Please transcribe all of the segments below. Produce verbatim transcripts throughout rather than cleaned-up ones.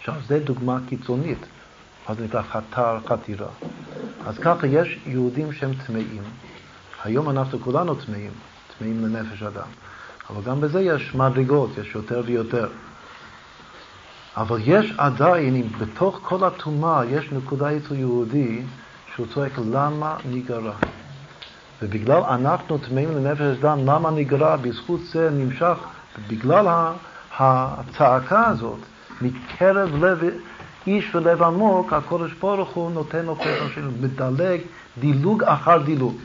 עכשיו, זו דוגמה קיצונית. אז נקרא חתר, חתירה. אז ככה יש יהודים שהם טמאים. היום אנחנו כולנו טמאים, טמאים לנפש אדם. אבל גם בזה יש מדרגות, יש יותר ויותר. אבל יש עדיין, בתוך כל הטומאה, יש נקודה אצל יהודי שהוא צועק, למה נגרע? ובגלל אנחנו טמאים לנפש אדם, למה נגרע? בזכות זה נמשך, בגלל הצעקה הזאת, מקרב לב איש ולב עמוק, הקודש ברוך הוא נותן לו פסח שלו, מדלג דילוג אחר דילוג.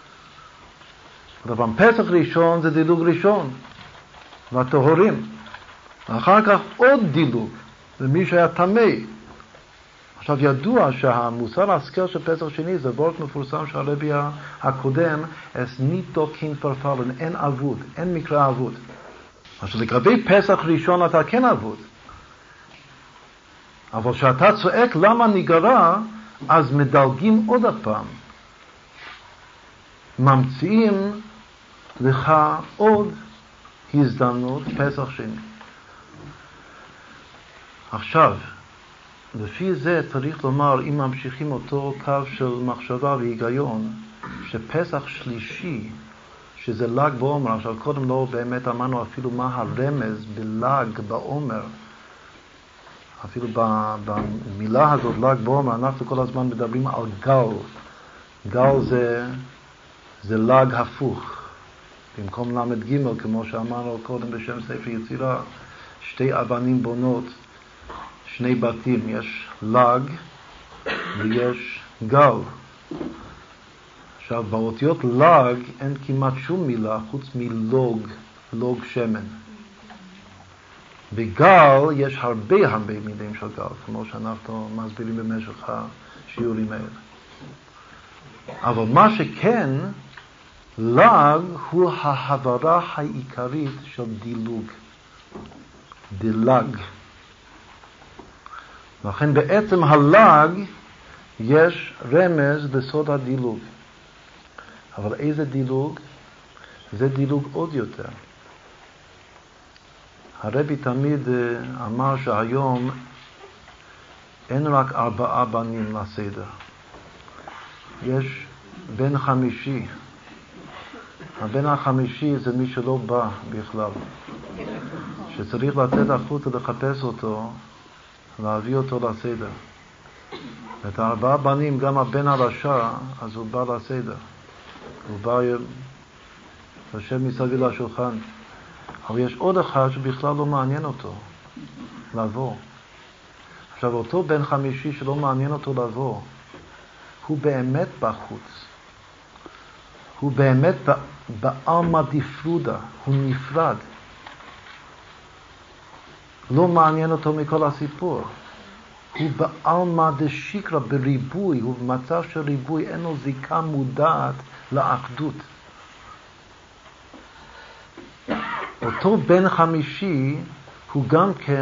אבל פסח ראשון זה דילוג ראשון, לטהורים. ואחר כך עוד דילוג, למי שהיה טמא. עכשיו ידוע שהמוסר ההשכל של פסח שני זה וורט מפורסם שהרבי הקודם, אס ניטו קין פרפלן, אין עבוד, אין מקרא עבוד. עכשיו לגבי פסח ראשון אתה כן עבוד. אבל כשאתה צועק למה נגרע, אז מדלגים עוד הפעם. ממציאים לך עוד הזדמנות פסח שני. עכשיו, לפי זה צריך לומר, אם ממשיכים אותו קו של מחשבה והיגיון, שפסח שלישי, שזה ל"ג בעומר, עכשיו קודם לא באמת אמרנו אפילו מה הרמז בל"ג בעומר, אפילו במילה הזאת, ל"ג בעומר, אנחנו כל הזמן מדברים על גל. גל זה, זה ל"ג הפוך. במקום למד ג' כמו שאמרנו קודם בשם ספר יצירה, שתי אבנים בונות, שני בתים, יש ל"ג ויש גל. עכשיו, באותיות ל"ג אין כמעט שום מילה חוץ מלוג, לוג שמן. בגל יש הרבה הרבה מילים של גל, כמו שאנחנו מסבירים במשך השיעורים האלה. אבל מה שכן, ל"ג הוא ההברה העיקרית של דילוג. דילג. לכן בעצם הל"ג יש רמז לסוד הדילוג. אבל איזה דילוג? זה דילוג עוד יותר. הרבי תמיד אמר שהיום אין רק ארבעה בנים לסדר. יש בן חמישי. הבן החמישי זה מי שלא בא בכלל. שצריך לצאת החוצה לחפש אותו, להביא אותו לסדר. את הארבעה בנים, גם הבן הרשע, אז הוא בא לסדר. הוא בא לשב מסביב לשולחן. אבל יש עוד אחד שבכלל לא מעניין אותו לבוא. עכשיו, אותו בן חמישי שלא מעניין אותו לבוא, הוא באמת בחוץ. הוא באמת בעלמא דפרודה, הוא נפרד. לא מעניין אותו מכל הסיפור. הוא בעלמא דשיקרא, בריבוי, הוא במצב של ריבוי, אין לו זיקה מודעת לאחדות. אותו בן חמישי הוא גם כן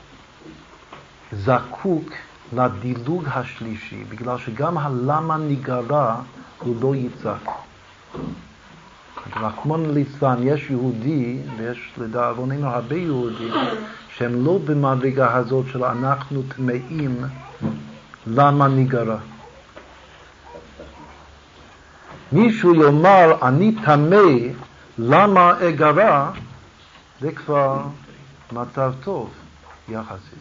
זקוק לדילוג השלישי, בגלל שגם הלמה נגרע הוא לא יצעק. רחמנא ליצלן, יש יהודי, ויש לדאבוננו הרבה יהודים, שהם לא במדרגה הזאת של אנחנו טמאים, למה נגרע. מישהו יאמר, אני טמא, למה אגרע? זה כבר מצב טוב יחסית.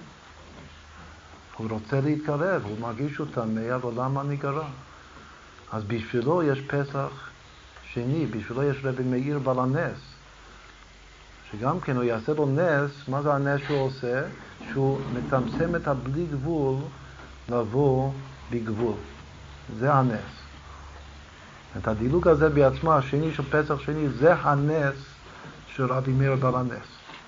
הוא רוצה להתקרב, הוא מרגיש שהוא טמא, אבל למה נגרע? אז בשבילו יש פסח שני, בשבילו יש רבי מאיר בעל הנס, שגם כן הוא יעשה לו נס. מה זה הנס שהוא עושה? שהוא מצמצם את הבלי גבול לבוא בגבול. זה הנס. את הדילוג הזה בעצמה, השני של פסח שני, זה הנס של רבי מאיר בעל הנס.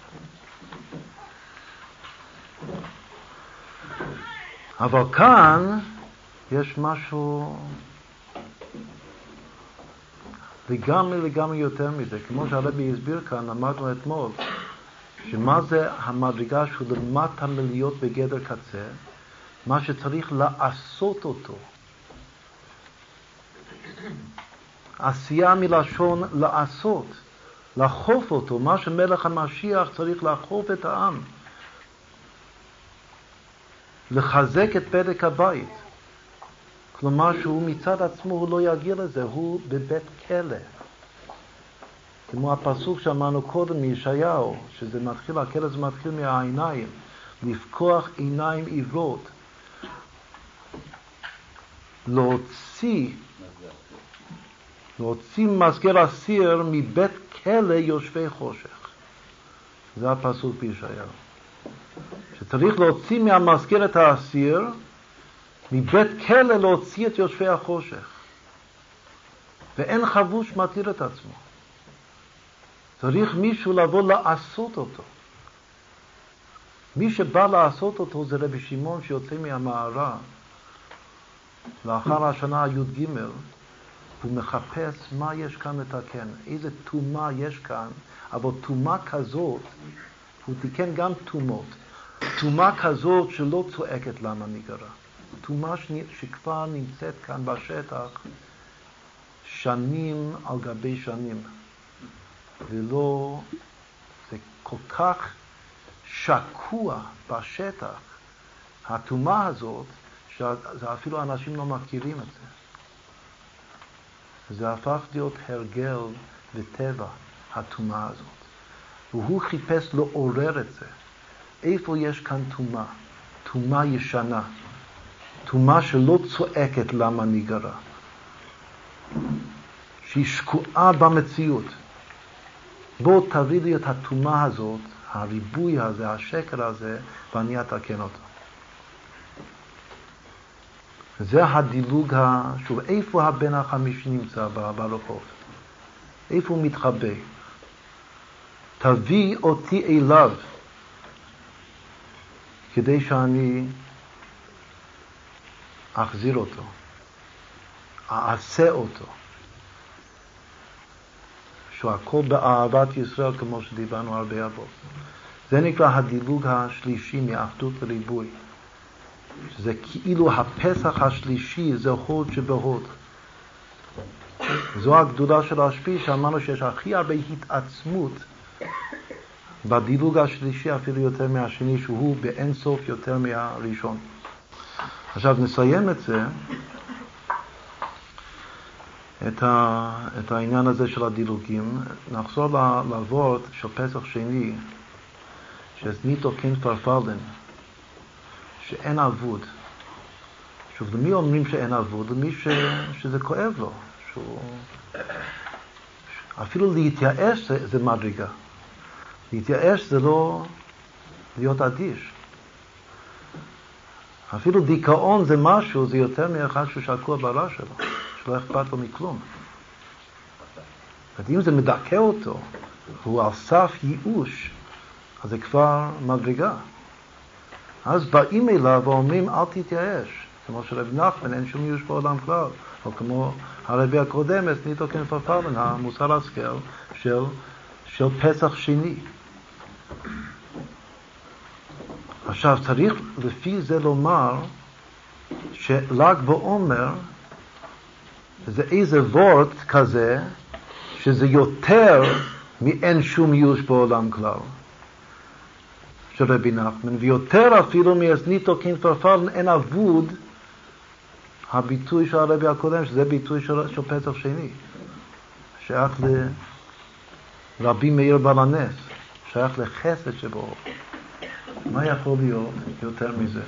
אבל כאן יש משהו לגמרי לגמרי יותר מזה. כמו שהרבי הסביר כאן, אמרנו אתמול, שמה זה המדרגה שהוא למטה מלהיות בגדר קצה? מה שצריך לעשות אותו. עשייה מלשון לעשות, לחוף אותו. מה שמלך המשיח צריך לחוף את העם. לחזק את בדק הבית. כלומר שהוא מצד עצמו הוא לא יגיע לזה, הוא בבית כלא. כמו הפסוק שאמרנו קודם מישעיהו, שזה מתחיל, הכלא זה מתחיל מהעיניים, לפקוח עיניים עיוורות. להוציא, להוציא מסגר אסיר מבית כלא יושבי חושך. זה הפסוק בישעיהו. שצריך להוציא מהמסגר את האסיר, מבית כלא להוציא את יושבי החושך. ואין חבוש מתיר את עצמו. צריך מישהו לבוא לעשות אותו. מי שבא לעשות אותו זה רבי שמעון שיוצא מהמערה. לאחר השנה הי"ג, הוא מחפש מה יש כאן לתקן, איזה תומה יש כאן, אבל תומה כזאת, הוא תיקן גם תומות. תומה כזאת שלא צועקת למה נגרע. תומה שכבר נמצאת כאן בשטח שנים על גבי שנים. ולא, זה כל כך שקוע בשטח, התומה הזאת, שאפילו אנשים לא מכירים את זה. זה הפך להיות הרגל וטבע, התומה הזאת. והוא חיפש לעורר את זה. איפה יש כאן תומה? תומה ישנה. תומה שלא צועקת למה נגרע. שהיא שקועה במציאות. בוא תביא לי את התומה הזאת, הריבוי הזה, השקר הזה, ואני אתקן אותו. זה הדילוג, שוב, איפה הבן החמישי נמצא ברחוב? איפה הוא מתחבא? תביא אותי אליו, כדי שאני אחזיר אותו, אעשה אותו. שהכל באהבת ישראל, כמו שדיברנו הרבה אבות. זה נקרא הדילוג השלישי מאחדות לריבוי. שזה כאילו הפסח השלישי, זה הוד שבהוד. זו הגדולה של השפיע, שאמרנו שיש הכי הרבה התעצמות בדילוג השלישי, אפילו יותר מהשני, שהוא באין סוף יותר מהראשון. עכשיו נסיים את זה, את, ה, את העניין הזה של הדילוגים. נחזור לעבוד של פסח שני, שזה ניטו קין פרפלדן, שאין עבוד. שוב, למי אומרים שאין עבוד? למי ש, שזה כואב לו. שהוא, אפילו להתייאש זה, זה מדרגה. להתייאש זה לא להיות אדיש. אפילו דיכאון זה משהו, זה יותר מאחד שהוא שקוע ברע שלו, שלא אכפת לו מכלום. אם זה מדכא אותו, הוא על סף ייאוש, אז זה כבר מדרגה. אז באים אליו ואומרים, אל תתייאש. כמו שרב נחמן, אין שום ייאוש בעולם כלל. או כמו הרבי הקודם, את ניטו קין פרפלדן, המוסר השכל של, של פסח שני. עכשיו צריך לפי זה לומר של"ג בעומר זה איזה וורט כזה שזה יותר מאין שום ייאוש בעולם כלל של רבי נחמן, ויותר אפילו מאסניתו קין פרפלדן אין עבוד, הביטוי של הרבי הקודם, שזה ביטוי של, של פסח שני, שייך לרבי מאיר בעל הנס, שייך לחסד שבו. מה יכול להיות יותר מזה?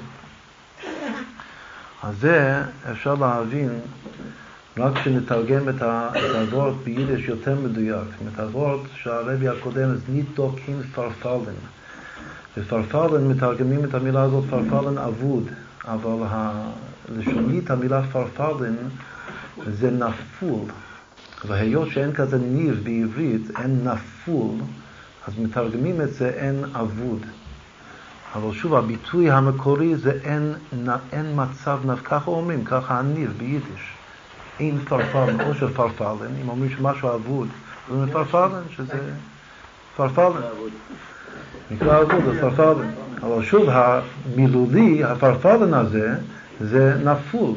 אז זה אפשר להבין רק כשנתרגם את הוורט ביידיש יותר מדויק. את הוורט שהרבי הקודם זה ניטו קין פרפלדן. בפרפלדן מתרגמים את המילה הזאת פרפלדן אבוד, אבל הלשונית המילה פרפלדן זה נפול. והיות שאין כזה ניב בעברית, אין נפול, אז מתרגמים את זה אין אבוד. אבל שוב, הביטוי המקורי זה אין, אין מצב נפ, ככה אומרים, ככה הניב ביידיש. אין פרפלדן, או של פרפלדן, אם אומרים שמשהו אבוד, זה מפרפלדן, שזה פרפלדן. נקרא אבוד, זה פרפלדן. אבל שוב, המילולי, הפרפלדן הזה, זה נפול.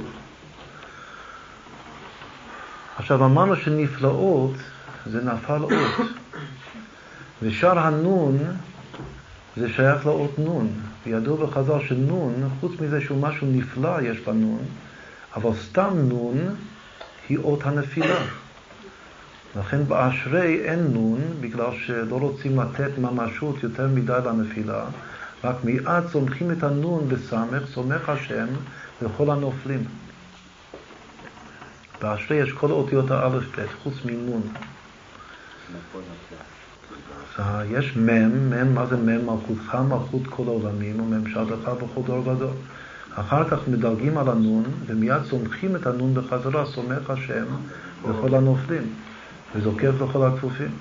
עכשיו, אמרנו שנפלאות זה נפל אות. ושאר הנון זה שייך לאות נון. וידעו בחז"ל שנון, חוץ מזה שהוא משהו נפלא יש בנון, אבל סתם נון היא אות הנפילה. לכן באשרי אין נון, בגלל שלא רוצים לתת ממשות יותר מדי לנפילה, רק מיד סומכים את הנון בסמך, סומך השם לכל הנופלים. באשרי יש כל אותיות האלף בית, חוץ מנון. אז יש מם, מם, מה זה מם? מלכותך מלכות כל העולמים, וממשלתך בכל דור ודור. אחר כך מדלגים על הנון, ומיד סומכים את הנון בחזרה, סומך השם לכל הנופלים, וזוקף לכל הכפופים.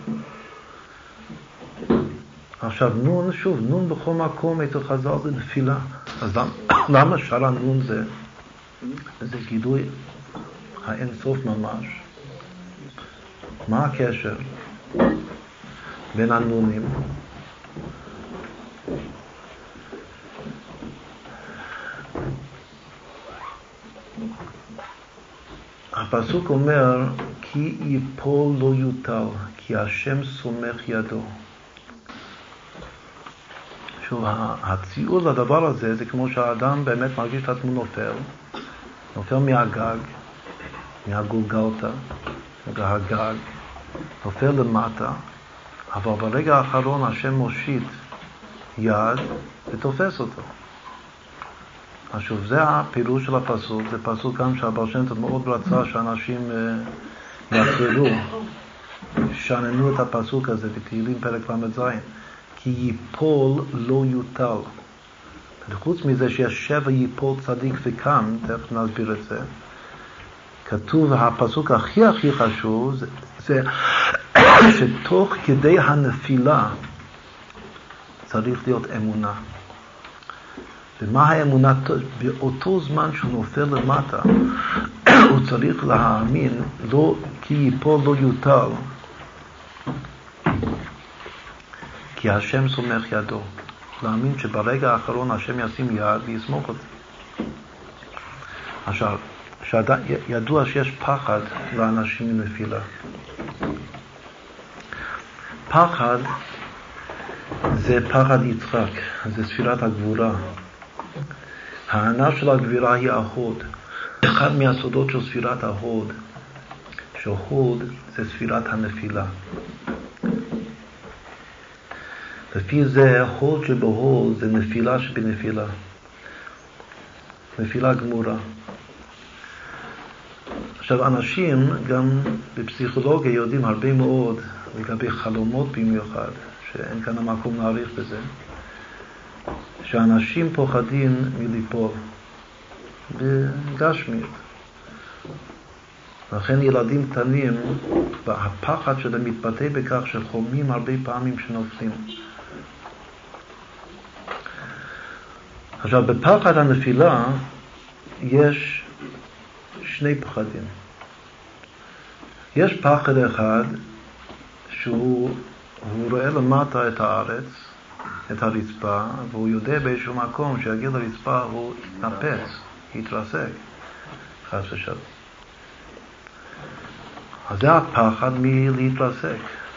עכשיו נון, שוב, נון בכל מקום אצל חז"ל זה נפילה. אז למה שאר הנון זה? זה גידוי האין סוף ממש. מה הקשר בין הנונים? הפסוק אומר כי יפול לא יוטל, כי השם סומך ידו. שוב, הציור לדבר הזה זה כמו שהאדם באמת מרגיש את עצמו נופל, נופל מהגג, מהגולגלתא, מהגג, נופל למטה, אבל ברגע האחרון השם מושיט יד ותופס אותו. אז שוב, זה הפירוש של הפסוק, זה פסוק גם שהבעל שם טוב מאוד רצה שאנשים יחזרו, שננו את הפסוק הזה בתהילים פרק למ"ז, כי ייפול לא יוטל. וחוץ מזה שיש שבע ייפול צדיק וקם, תכף נסביר את זה, כתוב, הפסוק הכי הכי חשוב, זה, זה שתוך כדי הנפילה צריך להיות אמונה. ומה האמונה? באותו זמן שהוא נופל למטה, הוא צריך להאמין, לא, כי ייפול לא יוטל, כי השם סומך ידו. להאמין שברגע האחרון השם ישים יד ויסמוך אותי. עכשיו, ידוע שיש פחד לאנשים מנפילה. פחד זה פחד יצחק, זה ספירת הגבורה. הענה של הגבירה היא החוד. אחד מהסודות של ספירת ההוד, שההוד זה ספירת הנפילה. לפי זה, הוד שבהוד זה נפילה שבנפילה. נפילה גמורה. עכשיו, אנשים גם בפסיכולוגיה יודעים הרבה מאוד לגבי חלומות במיוחד, שאין כאן המקום להעריך בזה, שאנשים פוחדים מליפול בגשמיות. לכן ילדים קטנים, הפחד שלהם מתבטא בכך שחולמים הרבה פעמים שנופלים. עכשיו, בפחד הנפילה יש שני פחדים. יש פחד אחד שהוא הוא רואה למטה את הארץ, את הרצפה, והוא יודע באיזשהו מקום שיגיע לרצפה הוא יתנפץ, יתרסק, חס ושלום. אז זה הפחד מלהתרסק.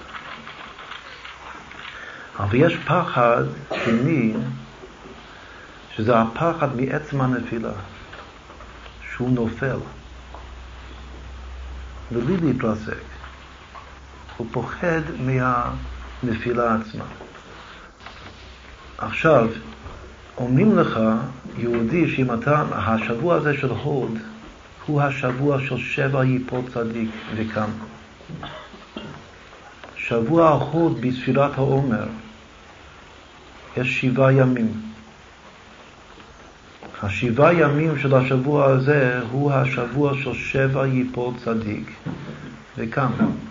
אבל יש פחד שני, שזה הפחד מעצם הנפילה, שהוא נופל, בלי להתרסק. הוא פוחד מהנפילה עצמה. עכשיו, אומרים לך, יהודי, שאם אתה, השבוע הזה של הוד, הוא השבוע של שבע ייפול צדיק וקם. שבוע ההוד בספירת העומר, יש שבעה ימים. השבעה ימים של השבוע הזה הוא השבוע של שבע ייפול צדיק וקם.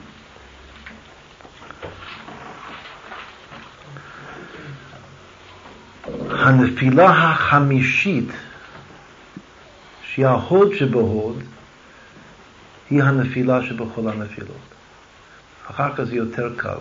הנפילה החמישית, שהיא ההוד שבהוד, היא הנפילה שבכל הנפילות. אחר כך זה יותר קל.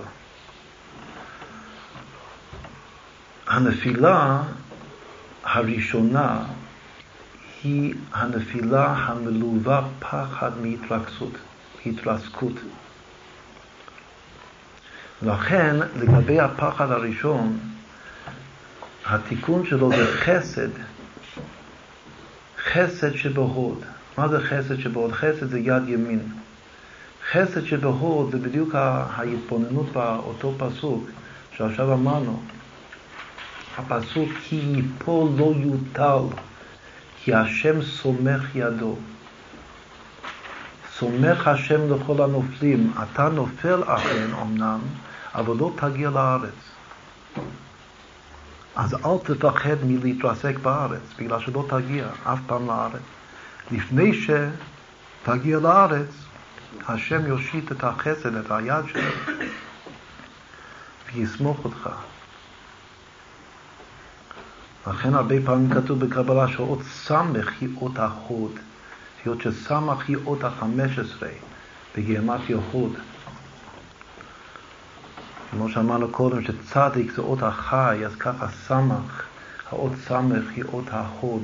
הנפילה הראשונה היא הנפילה המלווה פחד מהתרכסות, התרסקות. לכן, לגבי הפחד הראשון, התיקון שלו זה חסד, חסד שבהוד. מה זה חסד שבהוד? חסד זה יד ימין. חסד שבהוד זה בדיוק ההתבוננות באותו פסוק שעכשיו אמרנו. הפסוק כי יפול לא יוטל, כי השם סומך ידו. סומך השם לכל הנופלים. אתה נופל אכן אמנם, אבל לא תגיע לארץ. אז אל תפחד מלהתרסק בארץ, בגלל שלא תגיע אף פעם לארץ. לפני שתגיע לארץ, השם יושיט את החסד, את היד שלו, ויסמוך אותך. לכן הרבה פעמים כתוב בקבלה שאות סמך היא אות החוד, היות שסמך היא אות החמש עשרה, בגימטריה חוד. כמו שאמרנו קודם שצדיק זה אות החי, אז ככה סמך, האות סמך היא אות החוד.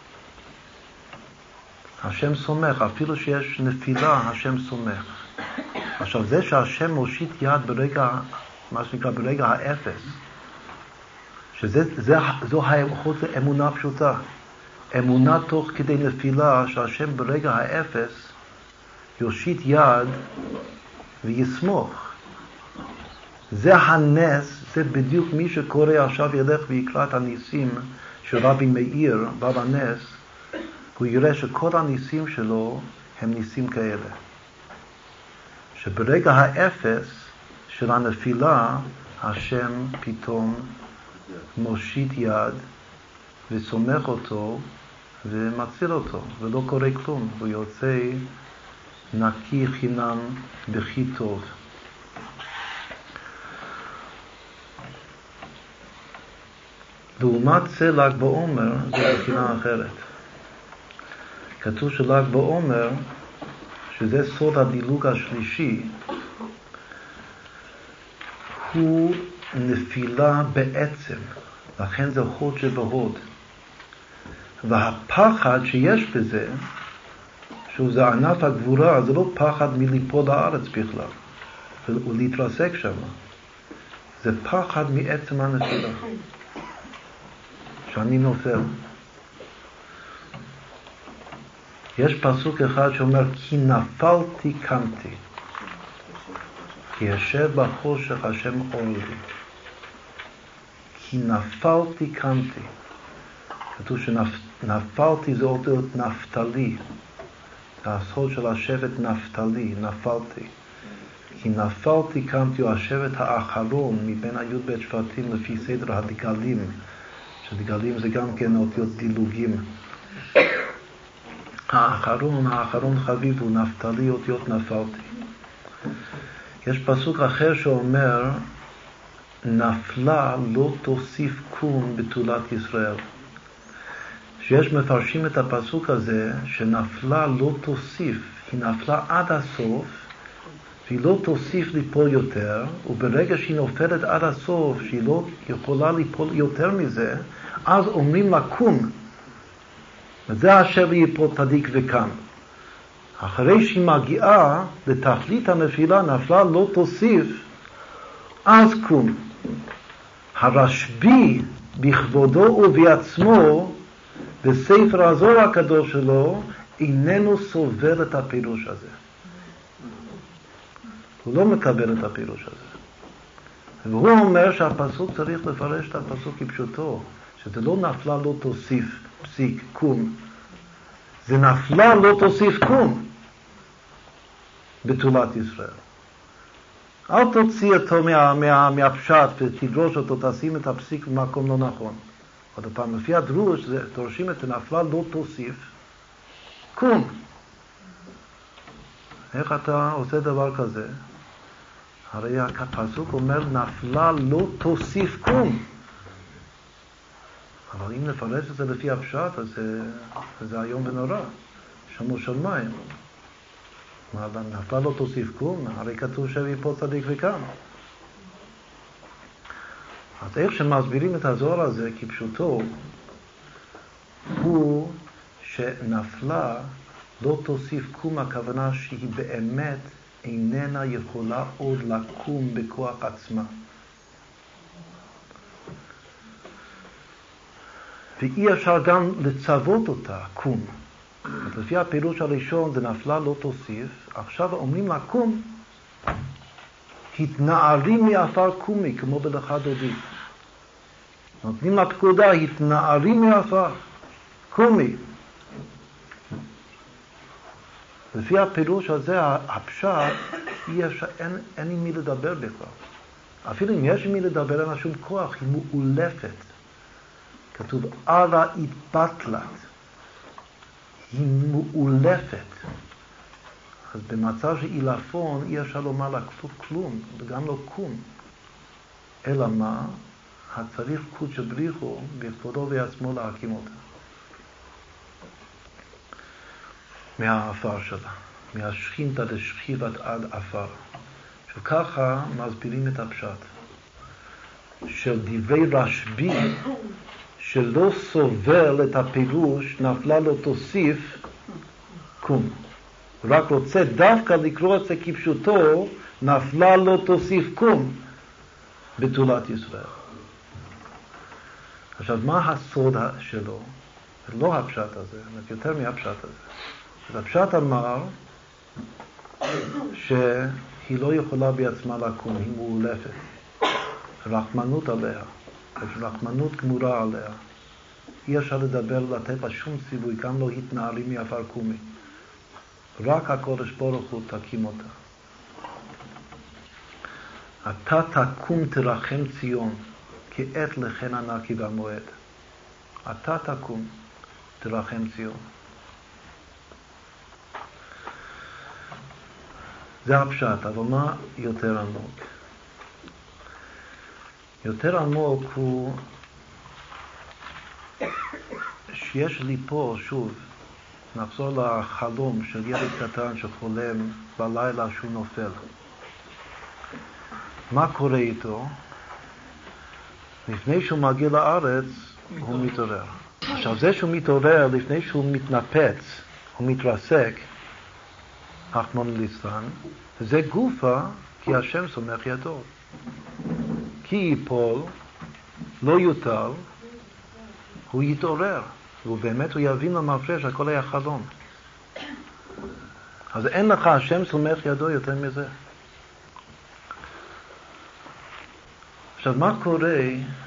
השם סומך, אפילו שיש נפילה, השם סומך. עכשיו זה שהשם מושיט יד ברגע, מה שנקרא ברגע האפס, שזה, זה, זו האמונה, אמונה פשוטה. אמונה תוך כדי נפילה, שהשם ברגע האפס יושיט יד ויסמוך. זה הנס, זה בדיוק מי שקורא עכשיו ילך ויקרא את הניסים של רבי מאיר, בבא נס, הוא יראה שכל הניסים שלו הם ניסים כאלה. שברגע האפס של הנפילה, השם פתאום מושיט יד וסומך אותו ומציל אותו, ולא קורה כלום. הוא יוצא נקי חינם בכי טוב. לעומת זה ל"ג בעומר זה בחינה אחרת. כתוב של"ג בעומר, שזה סוד הדילוג השלישי, הוא נפילה בעצם, לכן זה חוד שבהוד. והפחד שיש בזה, שזה ענף הגבורה, זה לא פחד מליפול לארץ בכלל, ולהתרסק שם. זה פחד מעצם הנפילה. שאני נופל. יש פסוק אחד שאומר, כי נפלתי קמתי. כי ישב בחושך השם אור לי. כי נפלתי קמתי. כתוב שנפלתי זה עוד נפתלי. זה הסוד של השבט נפתלי, נפלתי. כי נפלתי קמתי הוא השבט האחרון מבין היוד בית שבטים לפי סדר הדגלים. שדגלים זה גם כן אותיות דילוגים. האחרון, האחרון חביב הוא נפתלי, אותיות נפלתי. יש פסוק אחר שאומר, נפלה לא תוסיף קום בתולת ישראל. שיש מפרשים את הפסוק הזה, שנפלה לא תוסיף, היא נפלה עד הסוף, והיא לא תוסיף ליפול יותר, וברגע שהיא נופלת עד הסוף, שהיא לא יכולה ליפול יותר מזה, אז אומרים לה קום. וזה אשר ייפול צדיק וקם. אחרי שהיא מגיעה לתכלית הנפילה, נפלה לא תוסיף, אז קום. הרשב"י בכבודו ובעצמו, בספר הזוהר הקדוש שלו, איננו סובר את הפירוש הזה. הוא לא מקבל את הפירוש הזה. והוא אומר שהפסוק צריך לפרש את הפסוק כפשוטו, שזה לא נפלה לא תוסיף פסיק קום, זה נפלה לא תוסיף קום בתולת ישראל. אל תוציא אותו מה, מה, מהפשט ותדרוש אותו, תשים את הפסיק במקום לא נכון. עוד פעם, לפי הדרוש, זה, דורשים את נפלה לא תוסיף קום. איך אתה עושה דבר כזה? הרי הפסוק אומר נפלה לא תוסיף קום. אבל אם נפרש את זה לפי הפשט, אז זה, זה היום ונורא. שמו שמיים. מה, נפלה לא תוסיף קום? הרי כתוב שיפול צדיק וקם. אז איך שמסבירים את הזוהר הזה כפשוטו, הוא שנפלה לא תוסיף קום, הכוונה שהיא באמת איננה יכולה עוד לקום בכוח עצמה. ואי אפשר גם לצוות אותה, קום. לפי הפירוש הראשון זה נפלה לא תוסיף, עכשיו אומרים לה קום, התנערי מעפר קומי, כמו בלך דודי. נותנים לה פקודה, התנערי מעפר קומי. לפי הפירוש הזה, הפשט, אי אפשר, אין, אין עם מי לדבר בכלל. אפילו אם יש עם מי לדבר, אין לה שום כוח, היא מאולפת. כתוב, ערה התבטלת. היא מאולפת. אז במצב של אילפון, אי אפשר לומר לה כלום, וגם לא קום. אלא מה? הצריך קודש בריחו, בכבודו ועצמו להקים אותה. מהאפר שלה, מהשכינתא לשכיבת עד אפר. שככה מסבירים את הפשט. של דברי רשב"י, שלא סובל את הפירוש, נפלה לא תוסיף, קום. רק רוצה דווקא לקרוא את זה כפשוטו, נפלה לא תוסיף קום, בתולת ישראל. עכשיו, מה הסוד שלו? לא הפשט הזה, יותר מהפשט הזה. הפשט אמר שהיא לא יכולה בעצמה לקום, היא מאולפת. רחמנות עליה, רחמנות גמורה עליה. אי אפשר לדבר, לתת לה שום סיבוי, גם לא התנערי מעפר קומי. רק הקודש ברוך הוא תקים אותה. אתה תקום תרחם ציון, כי עת לכן ענקי במועד. אתה תקום תרחם ציון. זה הפשט, אבל מה יותר עמוק? יותר עמוק הוא שיש לי פה, שוב, נחזור לחלום של ילד קטן שחולם בלילה שהוא נופל. מה קורה איתו? לפני שהוא מגיע לארץ, הוא מתעורר. עכשיו, זה שהוא מתעורר, לפני שהוא מתנפץ, הוא מתרסק, רחמנא ליצלן, זה גופה, כי השם סומך ידו. כי ייפול, לא יוטל, הוא יתעורר. ובאמת הוא יבין למפרש, הכל היה חלום. אז אין לך, השם סומך ידו יותר מזה. עכשיו, מה קורה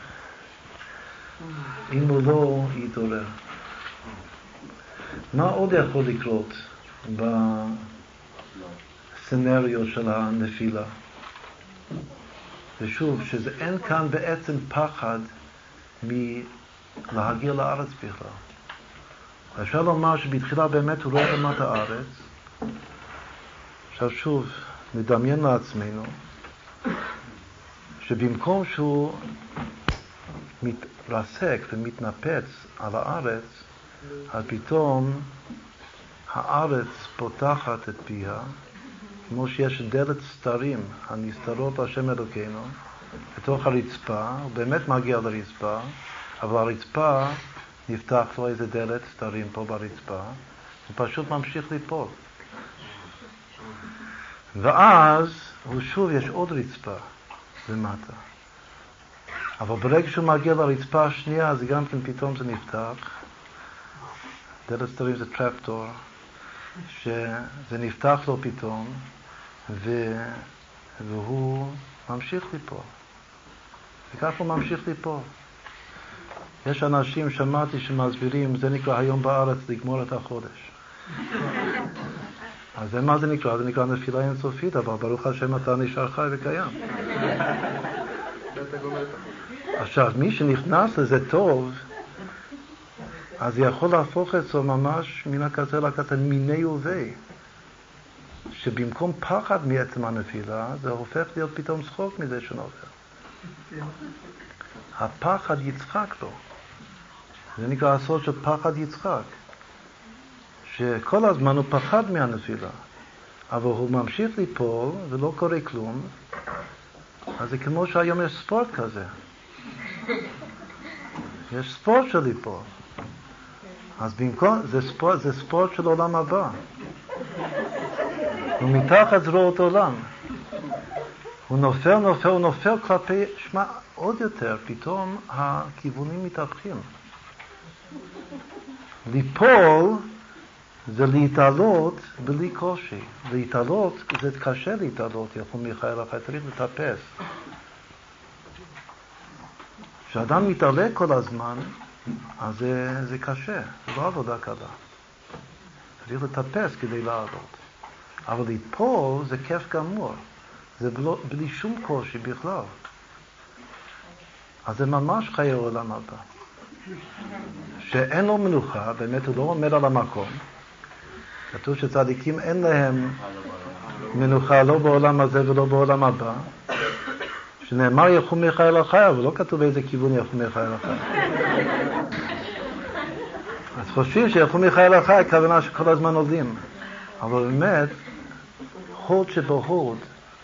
אם הוא לא יתעורר? מה עוד יכול לקרות בסצנריו של הנפילה? ושוב, שזה אין כאן בעצם פחד מלהגיע לארץ בכלל. אפשר לומר שבתחילה באמת הוא רואה רמת הארץ. עכשיו שוב, נדמיין לעצמנו, שבמקום שהוא מתרסק ומתנפץ על הארץ, אז פתאום הארץ פותחת את פיה, כמו שיש דלת סתרים הנסתרות השם אלוקינו, בתוך הרצפה, הוא באמת מגיע לרצפה, אבל הרצפה נפתח לו איזה דלת סתרים פה ברצפה, הוא פשוט ממשיך ליפול. ואז הוא שוב, יש עוד רצפה למטה. אבל ברגע שהוא מגיע לרצפה השנייה, אז גם כן פתאום זה נפתח. דלת סתרים זה טרפטור, שזה נפתח לו פתאום, ו... והוא ממשיך ליפול. וכך הוא ממשיך ליפול. יש אנשים, שמעתי שמסבירים, זה נקרא היום בארץ לגמור את החודש. אז זה מה זה נקרא? זה נקרא נפילה אינסופית, אבל ברוך השם אתה נשאר חי וקיים. עכשיו, מי שנכנס לזה טוב, אז יכול להפוך את זה ממש מן הקצה לקצה, מיני ובי. שבמקום פחד מעצם הנפילה, זה הופך להיות פתאום צחוק מזה שנופל. הפחד יצחק לו. זה נקרא הסוד של פחד יצחק. שכל הזמן הוא פחד מהנפילה, אבל הוא ממשיך ליפול ולא קורה כלום. אז זה כמו שהיום יש ספורט כזה. יש ספורט של ליפול. אז במקום, זה ספורט, זה ספורט של עולם הבא. הוא מתחת זרועות עולם. הוא נופל, נופל, הוא נופל כלפי, שמע, עוד יותר, פתאום הכיוונים מתהפכים. ליפול זה להתעלות בלי קושי. להתעלות זה קשה להתעלות, יכול מיכאל אחרי, צריך לטפס. כשאדם מתעלה כל הזמן, אז זה, זה קשה, זה לא עבודה קלה. צריך לטפס כדי לעלות. אבל ליפול זה כיף גמור, זה בלי, בלי שום קושי בכלל. אז זה ממש חיי עולם הבא. שאין לו מנוחה, באמת הוא לא עומד על המקום. כתוב שצדיקים אין להם מנוחה לא בעולם הזה ולא בעולם הבא. שנאמר יקום מיכאל החי, אבל לא כתוב באיזה כיוון יקום מיכאל החי. אז חושבים שיקום מיכאל החי, הכוונה שכל הזמן עולים. אבל באמת, הוד שבהוד,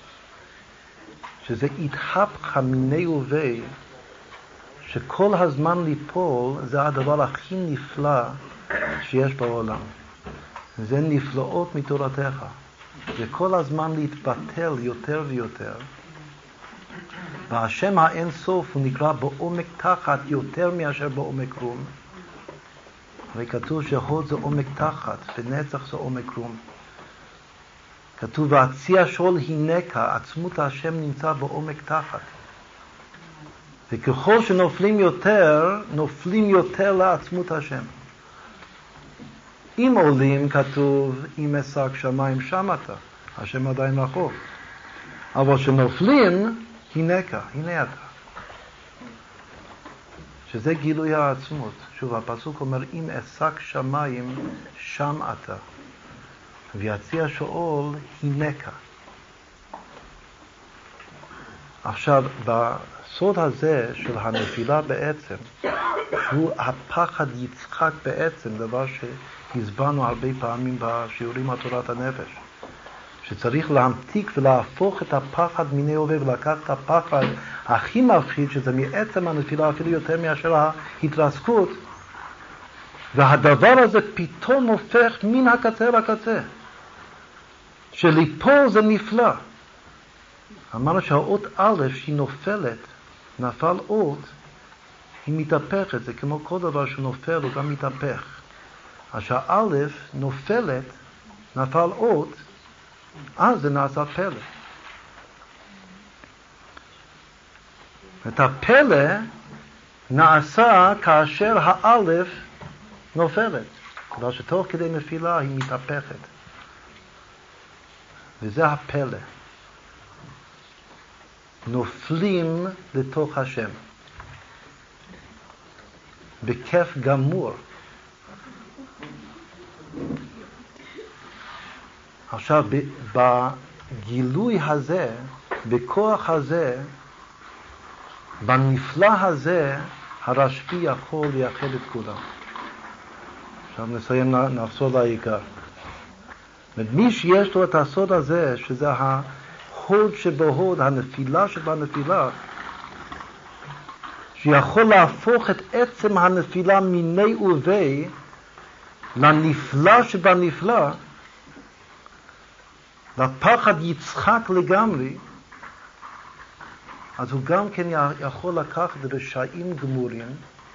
שזה התהפך מיני ובי, שכל הזמן ליפול זה הדבר הכי נפלא שיש בעולם. זה נפלאות מתורתך. זה כל הזמן להתבטל יותר ויותר. והשם האין סוף הוא נקרא בעומק תחת יותר מאשר בעומק רום. וכתוב שהוד זה עומק תחת, ונצח זה עומק רום. כתוב והציע שול הינקה, עצמות השם נמצא בעומק תחת. וככל שנופלים יותר, נופלים יותר לעצמות השם. אם עולים, כתוב, אם אשק שמיים שם אתה, השם עדיין רחוק. אבל שנופלים, הינקה, הנה אתה. שזה גילוי העצמות. שוב, הפסוק אומר, אם אשק שמיים, שם אתה. ויציע שאול, הינקה. עכשיו, בסוד הזה של הנפילה בעצם, שהוא הפחד יצחק בעצם, דבר שהסברנו הרבה פעמים בשיעורים על תורת הנפש. שצריך להמתיק ולהפוך את הפחד מיני הווה ולקחת את הפחד הכי מפחיד, שזה מעצם הנפילה אפילו יותר מאשר ההתרסקות, והדבר הזה פתאום הופך מן הקצה לקצה. שליפול זה נפלא. אמרנו שהאות א' שהיא נופלת, נפל אות, היא מתהפכת, זה כמו כל דבר שנופל הוא גם מתהפך. אז שהא' נופלת, נפל אות, אז זה נעשה פלא. את הפלא נעשה כאשר האלף נופלת. כלומר שתוך כדי נפילה היא מתהפכת. וזה הפלא. נופלים לתוך השם. בכיף גמור. עכשיו, בגילוי הזה, בכוח הזה, בנפלא הזה, הרשב"י יכול לייחד את כולם. עכשיו נסיים, נחזור לעיקר. מי שיש לו את הסוד הזה, שזה ההוד שבהוד, הנפילה שבנפילה, שיכול להפוך את עצם הנפילה מיני ובי לנפלא שבנפלא, והפחד יצחק לגמרי, אז הוא גם כן יכול לקחת את זה בשעים גמורים,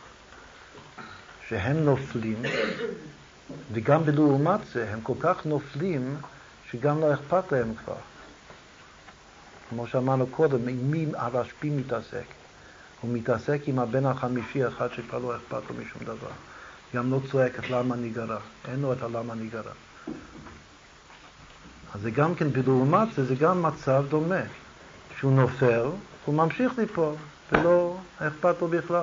שהם נופלים, וגם בלעומת זה הם כל כך נופלים, שגם לא אכפת להם כבר. כמו שאמרנו קודם, עם מי הרשב"י מתעסק? הוא מתעסק עם הבן החמישי אחד שכבר לא אכפת לו משום דבר. גם לא צועק את למה ניגרע, אין לו את הלמה ניגרע. אז זה גם כן, בלעומת זה, זה גם מצב דומה. שהוא נופל, הוא ממשיך ליפול, ולא אכפת לו בכלל.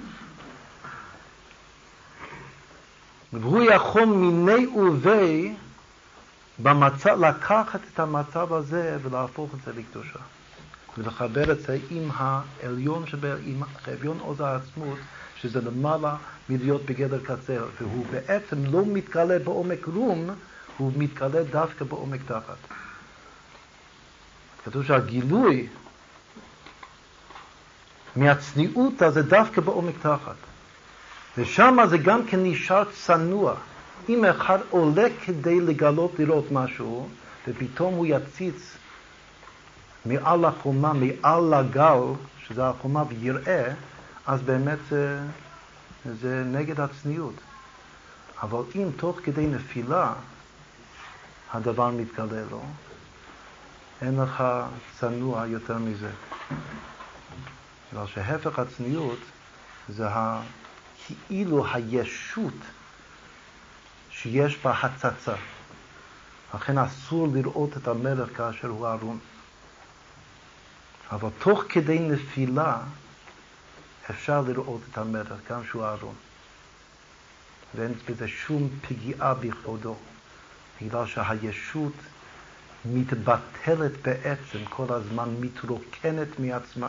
והוא יכול מיני ובי במצב, לקחת את המצב הזה ולהפוך את זה לקדושה. ולחבר את זה עם העליון שבה, עם חביון עוז העצמות, שזה למעלה מלהיות בגדר קצה. והוא בעצם לא מתגלה בעומק רום, הוא מתגלה דווקא בעומק תחת. כתוב שהגילוי מהצניעות הזה דווקא בעומק תחת. ושם זה גם כן נשאר צנוע. אם אחד עולה כדי לגלות לראות משהו, ופתאום הוא יציץ מעל החומה, מעל הגל, שזה החומה ויראה, אז באמת זה, זה נגד הצניעות. אבל אם תוך כדי נפילה הדבר מתגלה לו, אין לך צנוע יותר מזה. בגלל שהפך הצניעות זה כאילו הישות שיש בה הצצה. לכן אסור לראות את המלך כאשר הוא ערום. אבל תוך כדי נפילה אפשר לראות את המלך גם שהוא ערום. ואין בזה שום פגיעה בכבודו. בגלל שהישות מתבטלת בעצם כל הזמן, מתרוקנת מעצמה.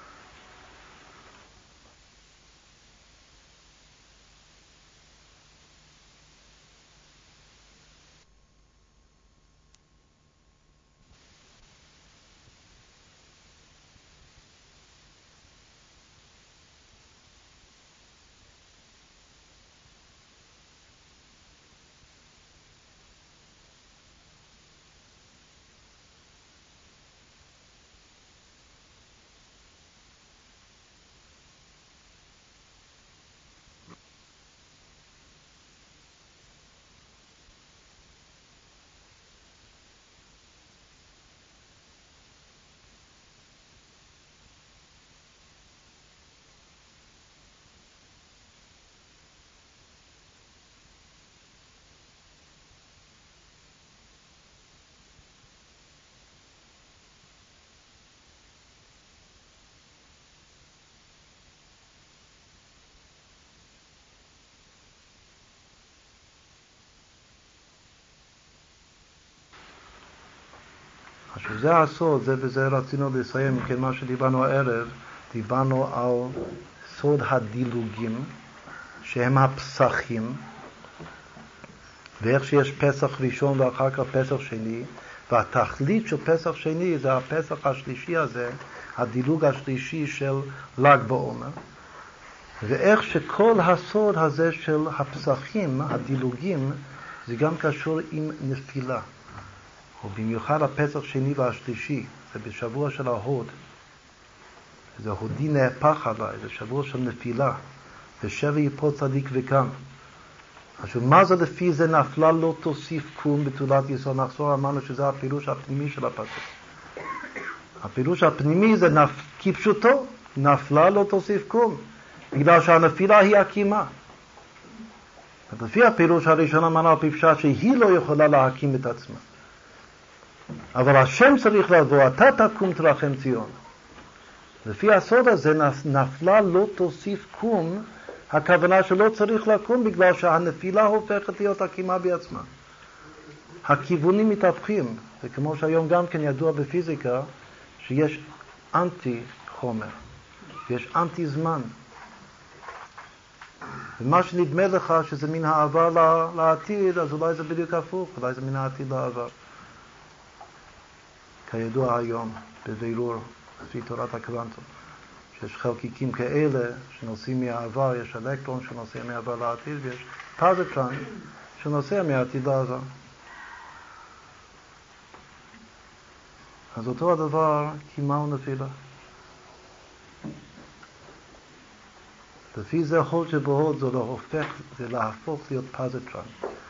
עכשיו זה הסוד, זה וזה רצינו לסיים, כי מה שדיברנו הערב, דיברנו על סוד הדילוגים, שהם הפסחים, ואיך שיש פסח ראשון ואחר כך פסח שני, והתכלית של פסח שני זה הפסח השלישי הזה, הדילוג השלישי של ל"ג בעומר, ואיך שכל הסוד הזה של הפסחים, הדילוגים, זה גם קשור עם נפילה. ובמיוחד הפסח שני והשלישי, זה בשבוע של ההוד. זה הודי נהפך עליי, זה שבוע של נפילה. ושבי יפול צדיק וקם. עכשיו, מה זה לפי זה נפלה לא תוסיף קום בתולת יסוד? נחזור, אמרנו שזה הפירוש הפנימי של הפסוק. הפירוש הפנימי זה נפ... כפשוטו, נפלה לא תוסיף קום. בגלל שהנפילה היא הקימה. לפי הפירוש הראשון אמרנו על פי פשט שהיא לא יכולה להקים את עצמה. אבל השם צריך לבוא, אתה תקום תרחם ציון. לפי הסוד הזה נפלה לא תוסיף קום, הכוונה שלא צריך לקום בגלל שהנפילה הופכת להיות הקימה בעצמה. הכיוונים מתהפכים, וכמו שהיום גם כן ידוע בפיזיקה, שיש אנטי חומר, יש אנטי זמן. ומה שנדמה לך שזה מן העבר לעתיד, אז אולי זה בדיוק הפוך, אולי זה מן העתיד לעבר. כידוע היום, בבירור, לפי תורת הקוונטום, שיש חלקיקים כאלה שנוסעים מהעבר, יש אלקטרון שנוסע מהעבר לעתיד, ויש פוזיטרון שנוסע מהעתיד לעבר. אז אותו הדבר, קימה ונפילה. לפי זה הוד שבהוד זה להופך, זה להפוך להיות פוזיטרון.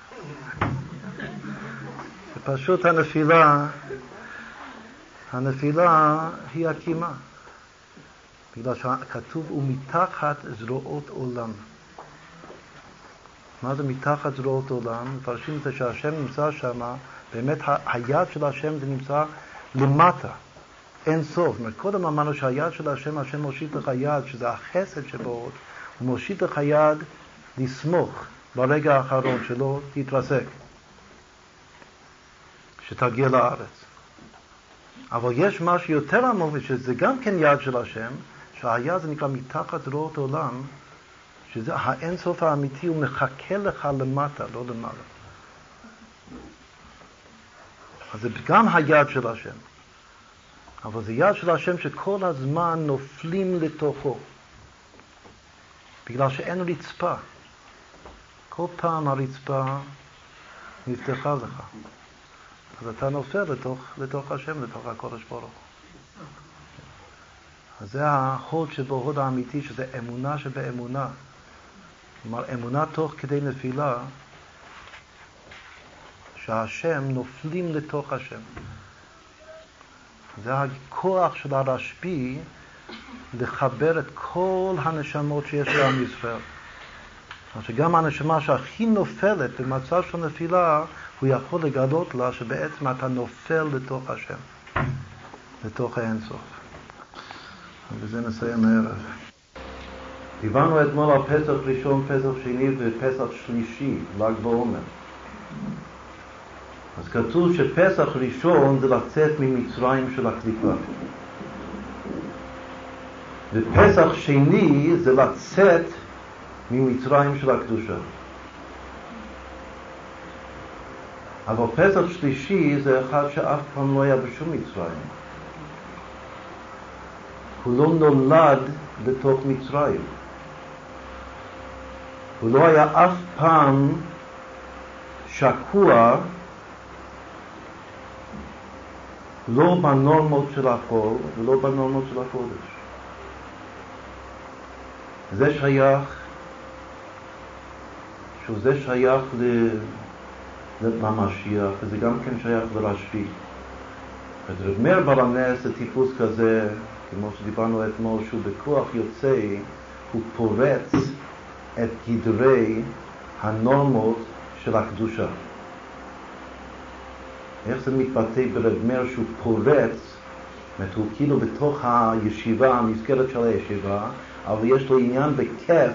ופשוט הנפילה, הנפילה היא הקימה. בגלל שכתוב הוא מתחת זרועות עולם. מה זה מתחת זרועות עולם? מפרשים את זה שהשם נמצא שם, באמת היד של השם זה נמצא למטה, אין סוף. קודם אמרנו שהיד של השם, השם מושיט לך יד, שזה החסד שבו, הוא מושיט לך יד לסמוך ברגע האחרון שלא תתרסק, שתגיע לארץ. אבל יש משהו יותר עמוק, שזה גם כן יד של השם, שהיד זה נקרא מתחת זרועות עולם, שזה האין סוף האמיתי, הוא מחכה לך למטה, לא למעלה. אז זה גם היד של השם. אבל זה יד של השם שכל הזמן נופלים לתוכו. בגלל שאין רצפה. כל פעם הרצפה נפתחה לך. אז אתה נופל לתוך, לתוך השם, לתוך הקודש ברוך הוא. אז זה ההוד שבו הוד האמיתי, שזה אמונה שבאמונה. כלומר, אמונה תוך כדי נפילה, שהשם נופלים לתוך השם. זה הכוח של הרשב"י לחבר את כל הנשמות שיש לעם ישראל. שגם הנשמה שהכי נופלת במצב של נפילה, הוא יכול לגלות לה שבעצם אתה נופל לתוך השם, לתוך האינסוף. ובזה נסיים הערב. דיברנו אתמול על פסח ראשון, פסח שני ופסח שלישי, ל"ג בעומר. אז כתוב שפסח ראשון זה לצאת ממצרים של הקליפה. ופסח שני זה לצאת ממצרים של הקדושה. אבל פסח שלישי זה אחד שאף פעם לא היה בשום מצרים. הוא לא נולד לתוך מצרים. הוא לא היה אף פעם שקוע לא בנורמות של החול ולא בנורמות של הקודש. זה שייך, שזה שייך למשיח, וזה גם כן שייך לרשב"י. רב מאיר בעל הנס זה טיפוס כזה, כמו שדיברנו אתמול, שהוא בכוח יוצא, הוא פורץ את גדרי הנורמות של הקדושה. איך זה מתבטא ברב מאיר שהוא פורץ, זאת הוא כאילו בתוך הישיבה, המסגרת של הישיבה, אבל יש לו עניין בכיף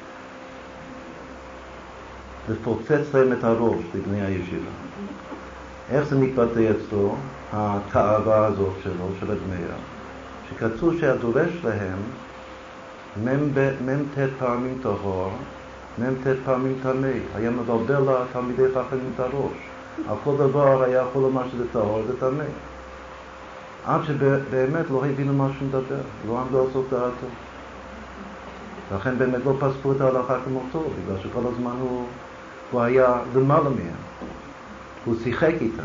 לפוצץ להם את הראש לבני הישיבה. איך זה מתבטא אצלו, התאווה הזאת שלו, של רב מאיר, שכתוב שהדורש להם מ"ט פעמים טהור, מ"ט פעמים טמא. היה מבלבל לתלמידי חכמים את הראש. על כל דבר היה יכול לומר שזה טהור, זה טמא. עד שבאמת לא הבינו מה שהוא מדבר, לא עמדו על סוף דעתו. לכן באמת לא פסקו את ההלכה כמותו, בגלל שכל הזמן הוא, הוא היה למעלה מהם. הוא שיחק איתם.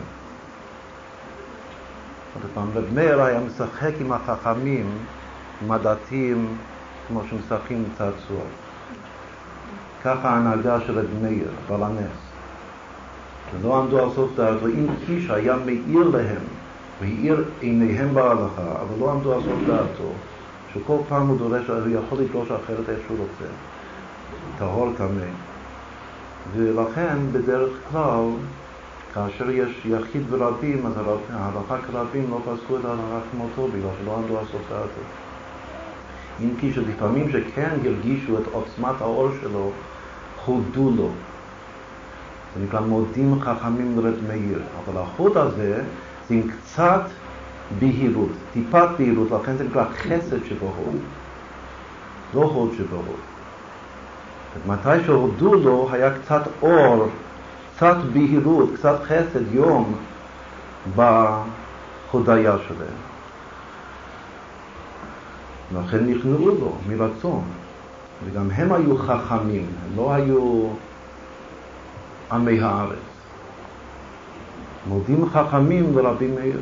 עוד פעם, רב מאיר היה משחק עם החכמים, עם הדתיים, כמו שמשחקים עם צעצוע. ככה ההנהגה של רב מאיר, בעל הנס. ולא עמדו על סוף דעתו, אם קיש היה מאיר להם, והאיר עיניהם בהלכה, אבל לא עמדו על סוף דעתו, שכל פעם הוא דורש, הוא יכול לדרוש אחרת איך שהוא רוצה. טהור טמא. ולכן בדרך כלל, כאשר יש יחיד ורבים, אז ההלכה כרבים לא פסקו את ההלכה כמותו, בגלל שלא עמדו על סוף דעתו. אם כי שלפעמים שכן הרגישו את עוצמת האור שלו, חודו לו. זה נקרא מודים חכמים לרב מאיר. אבל החוד הזה זה עם קצת בהירות, טיפת בהירות, לכן זה נקרא חסד שבהוד. לא הוד שבהוד. מתי שהודו לו היה קצת אור, קצת בהירות, קצת חסד יום בהודיה שלהם. לכן נכנעו לו מרצון. וגם הם היו חכמים, הם לא היו עמי הארץ. מודים חכמים לרבי מאיר.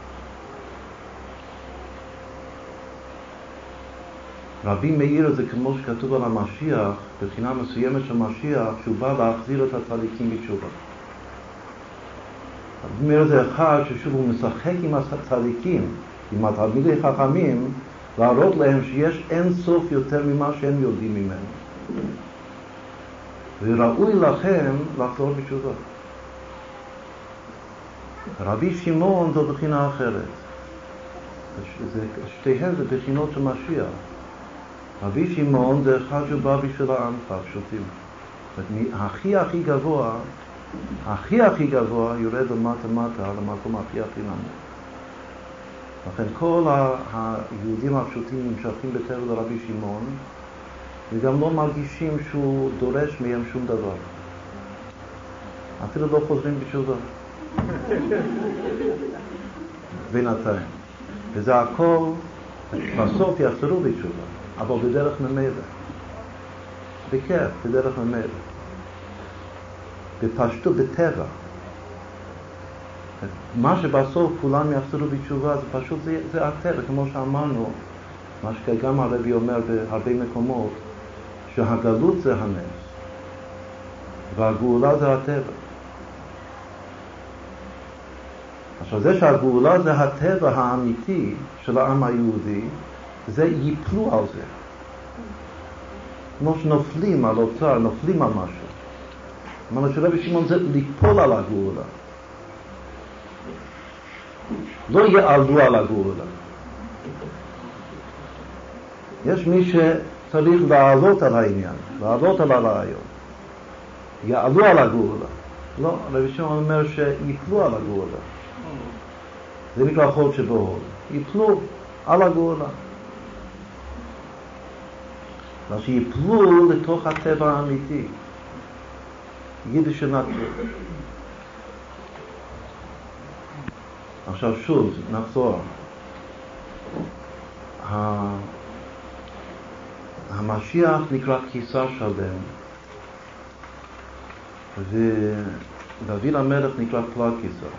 רבי מאיר זה כמו שכתוב על המשיח, בבחינה מסוימת של משיח, שהוא בא להחזיר את הצדיקים בתשובה. רבי מאיר זה אחד ששוב הוא משחק עם הצדיקים, עם התלמידי חכמים, להראות להם שיש אין סוף יותר ממה שהם יודעים ממנו. וראוי לכם לחזור בתשובה. רבי שמעון זו בחינה אחרת. שתיהן זה בחינות של משיח. רבי שמעון זה אחד שבא בשביל העם, פשוטים. הכי הכי גבוה, הכי הכי גבוה יורד למטה מטה, למקום הכי הכי נמוך. לכן כל היהודים הפשוטים נמשכים בטבע לרבי שמעון, וגם לא מרגישים שהוא דורש מהם שום דבר. אפילו לא חוזרים בתשובה. בינתיים. וזה הכל, בסוף יחזרו בתשובה, אבל בדרך ממילא. בכיף, בדרך ממילא. בפשטות, בטבע. מה שבסוף כולם יחזרו בתשובה, זה פשוט, זה, זה הטבע, כמו שאמרנו, מה שגם הרבי אומר בהרבה מקומות, שהגלות זה הנס. והגאולה זה הטבע. עכשיו זה שהגאולה זה הטבע האמיתי של העם היהודי, זה ייפלו על זה. כמו שנופלים על אוצר, נופלים על משהו. אמרנו שרבי שמעון זה ליפול על הגאולה. לא יעלו על הגאולה. יש מי שצריך לעלות על העניין, לעלות על הרעיון. יעלו על הגאולה. לא, רבי שמעון אומר שיפלו על הגאולה. זה נקרא חוד שבהוד. יפלו על הגאולה. אז שיפלו לתוך הטבע האמיתי. יידיש שנתנו. עכשיו שוב, נחזור. המשיח נקרא קיסר שלם, ודוד המלך נקרא פלג קיסר.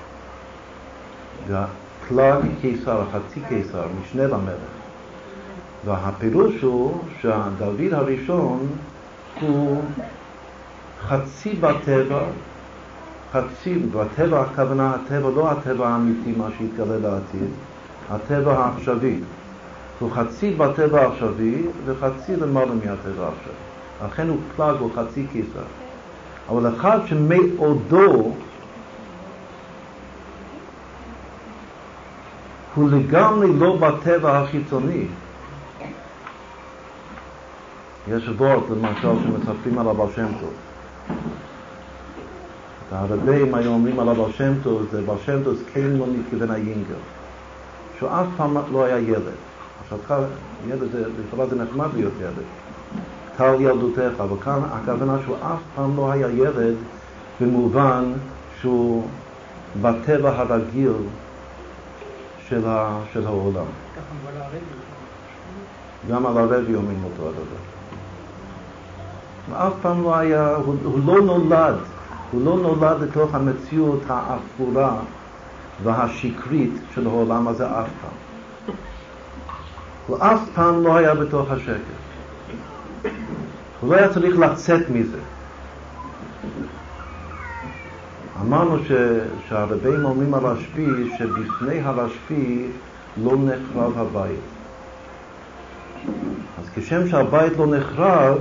והפלג קיסר, החצי קיסר, משנה למלך. והפירוש הוא שהדוד הראשון הוא חצי בטבע, חצי בטבע, הכוונה הטבע, לא הטבע האמיתי, מה שהתגלה לעתיד, הטבע העכשווי. הוא חצי בטבע העכשווי וחצי למעלה מהטבע העכשווי. לכן הוא פלג, הוא חצי קיסר. אבל אחד שמאודו הוא לגמרי לא בטבע החיצוני. יש וורט למשל שמספרים על הבעל שם טוב. הרבים היו אומרים על הבעל שם טוב, זה בעל שם טוב כן לא מתכוון היינגר. שהוא אף פעם לא היה ילד. עכשיו ילד זה, בכלל זה נחמד להיות ילד. טל ילדותך, אבל כאן הכוונה שהוא אף פעם לא היה ילד במובן שהוא בטבע הרגיל של, ה, של העולם. גם על הרבי אומרים אותו הדבר. אף פעם לא היה, הוא, הוא לא נולד, הוא לא נולד לתוך המציאות האפורה והשקרית של העולם הזה אף פעם. הוא אף פעם לא היה בתוך השקר. הוא לא היה צריך לצאת מזה. אמרנו ש, שהרבים אומרים על הרשב"י שבפני הרשב"י לא נחרב הבית. אז כשם שהבית לא נחרב,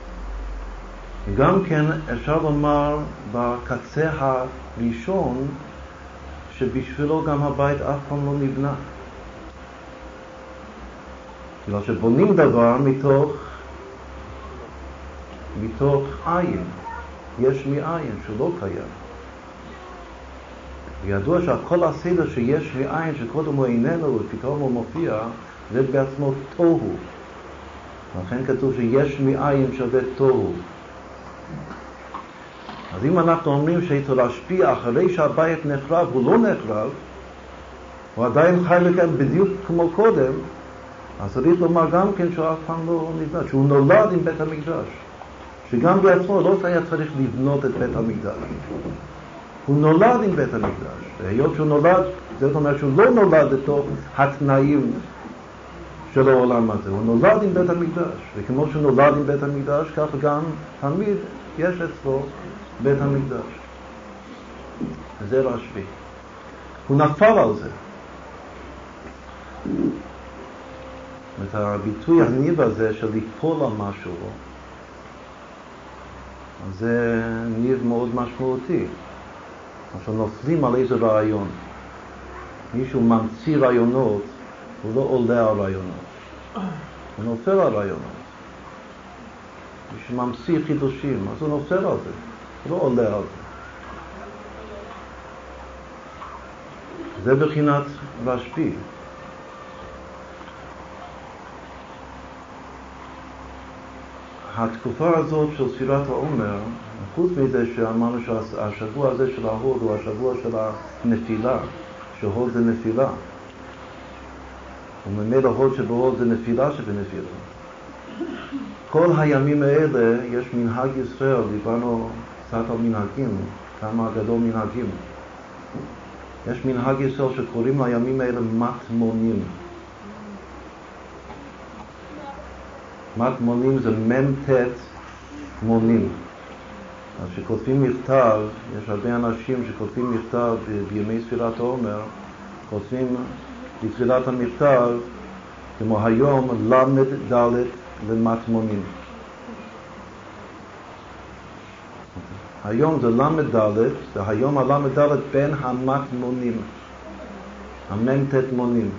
גם כן אפשר לומר בקצה הראשון שבשבילו גם הבית אף פעם לא נבנה. בגלל שבונים דבר מתוך מתוך עין, יש מאין שלא קיים. וידוע שכל הסדר שיש מאין שקודם הוא איננו ופתאום הוא מופיע, זה בעצמו תוהו. לכן כתוב שיש מאין שווה תוהו. אז אם אנחנו אומרים שאיתו להשפיע אחרי שהבית נחרב, הוא לא נחרב, הוא עדיין חי לכאן בדיוק כמו קודם, אז צריך לומר גם כן שהוא אף פעם לא נבנה, שהוא נולד עם בית המקדש. שגם בעצמו לא היה צריך לבנות את בית המקדש. הוא נולד עם בית המקדש. והיות שהוא נולד, זאת אומרת שהוא לא נולד לתוך התנאים של העולם הזה. הוא נולד עם בית המקדש. וכמו שהוא נולד עם בית המקדש, כך גם תמיד יש אצלו בית המקדש. וזה רשב"י. הוא נפל על זה. את הביטוי הניב הזה של ליפול על משהו, זה ניב מאוד משמעותי. עכשיו נופלים על איזה רעיון. מישהו ממציא רעיונות, הוא לא עולה על רעיונות. הוא נופל על רעיונות. מישהו ממציא חידושים, אז הוא נופל על זה. הוא לא עולה על זה. זה בחינת רשב"י. התקופה הזאת של ספירת העומר, חוץ מזה שאמרנו שהשבוע הזה של ההוד הוא השבוע של הנפילה, שהוד זה נפילה. וממילא הוד שבהוד זה נפילה שבנפילה. כל הימים האלה יש מנהג ישראל, דיברנו קצת על מנהגים, כמה גדול מנהגים. יש מנהג ישראל שקוראים לימים האלה מטמונים. מטמונים זה ממתת מונים. אז כשכותבים מכתב, יש הרבה אנשים שכותבים מכתב בימי ספירת העומר, כותבים בתחילת המכתב, כמו היום למד ד' למטמונים. היום זה למד ד', זה היום הלמד ד' בין המטמונים, המ"ט מונים.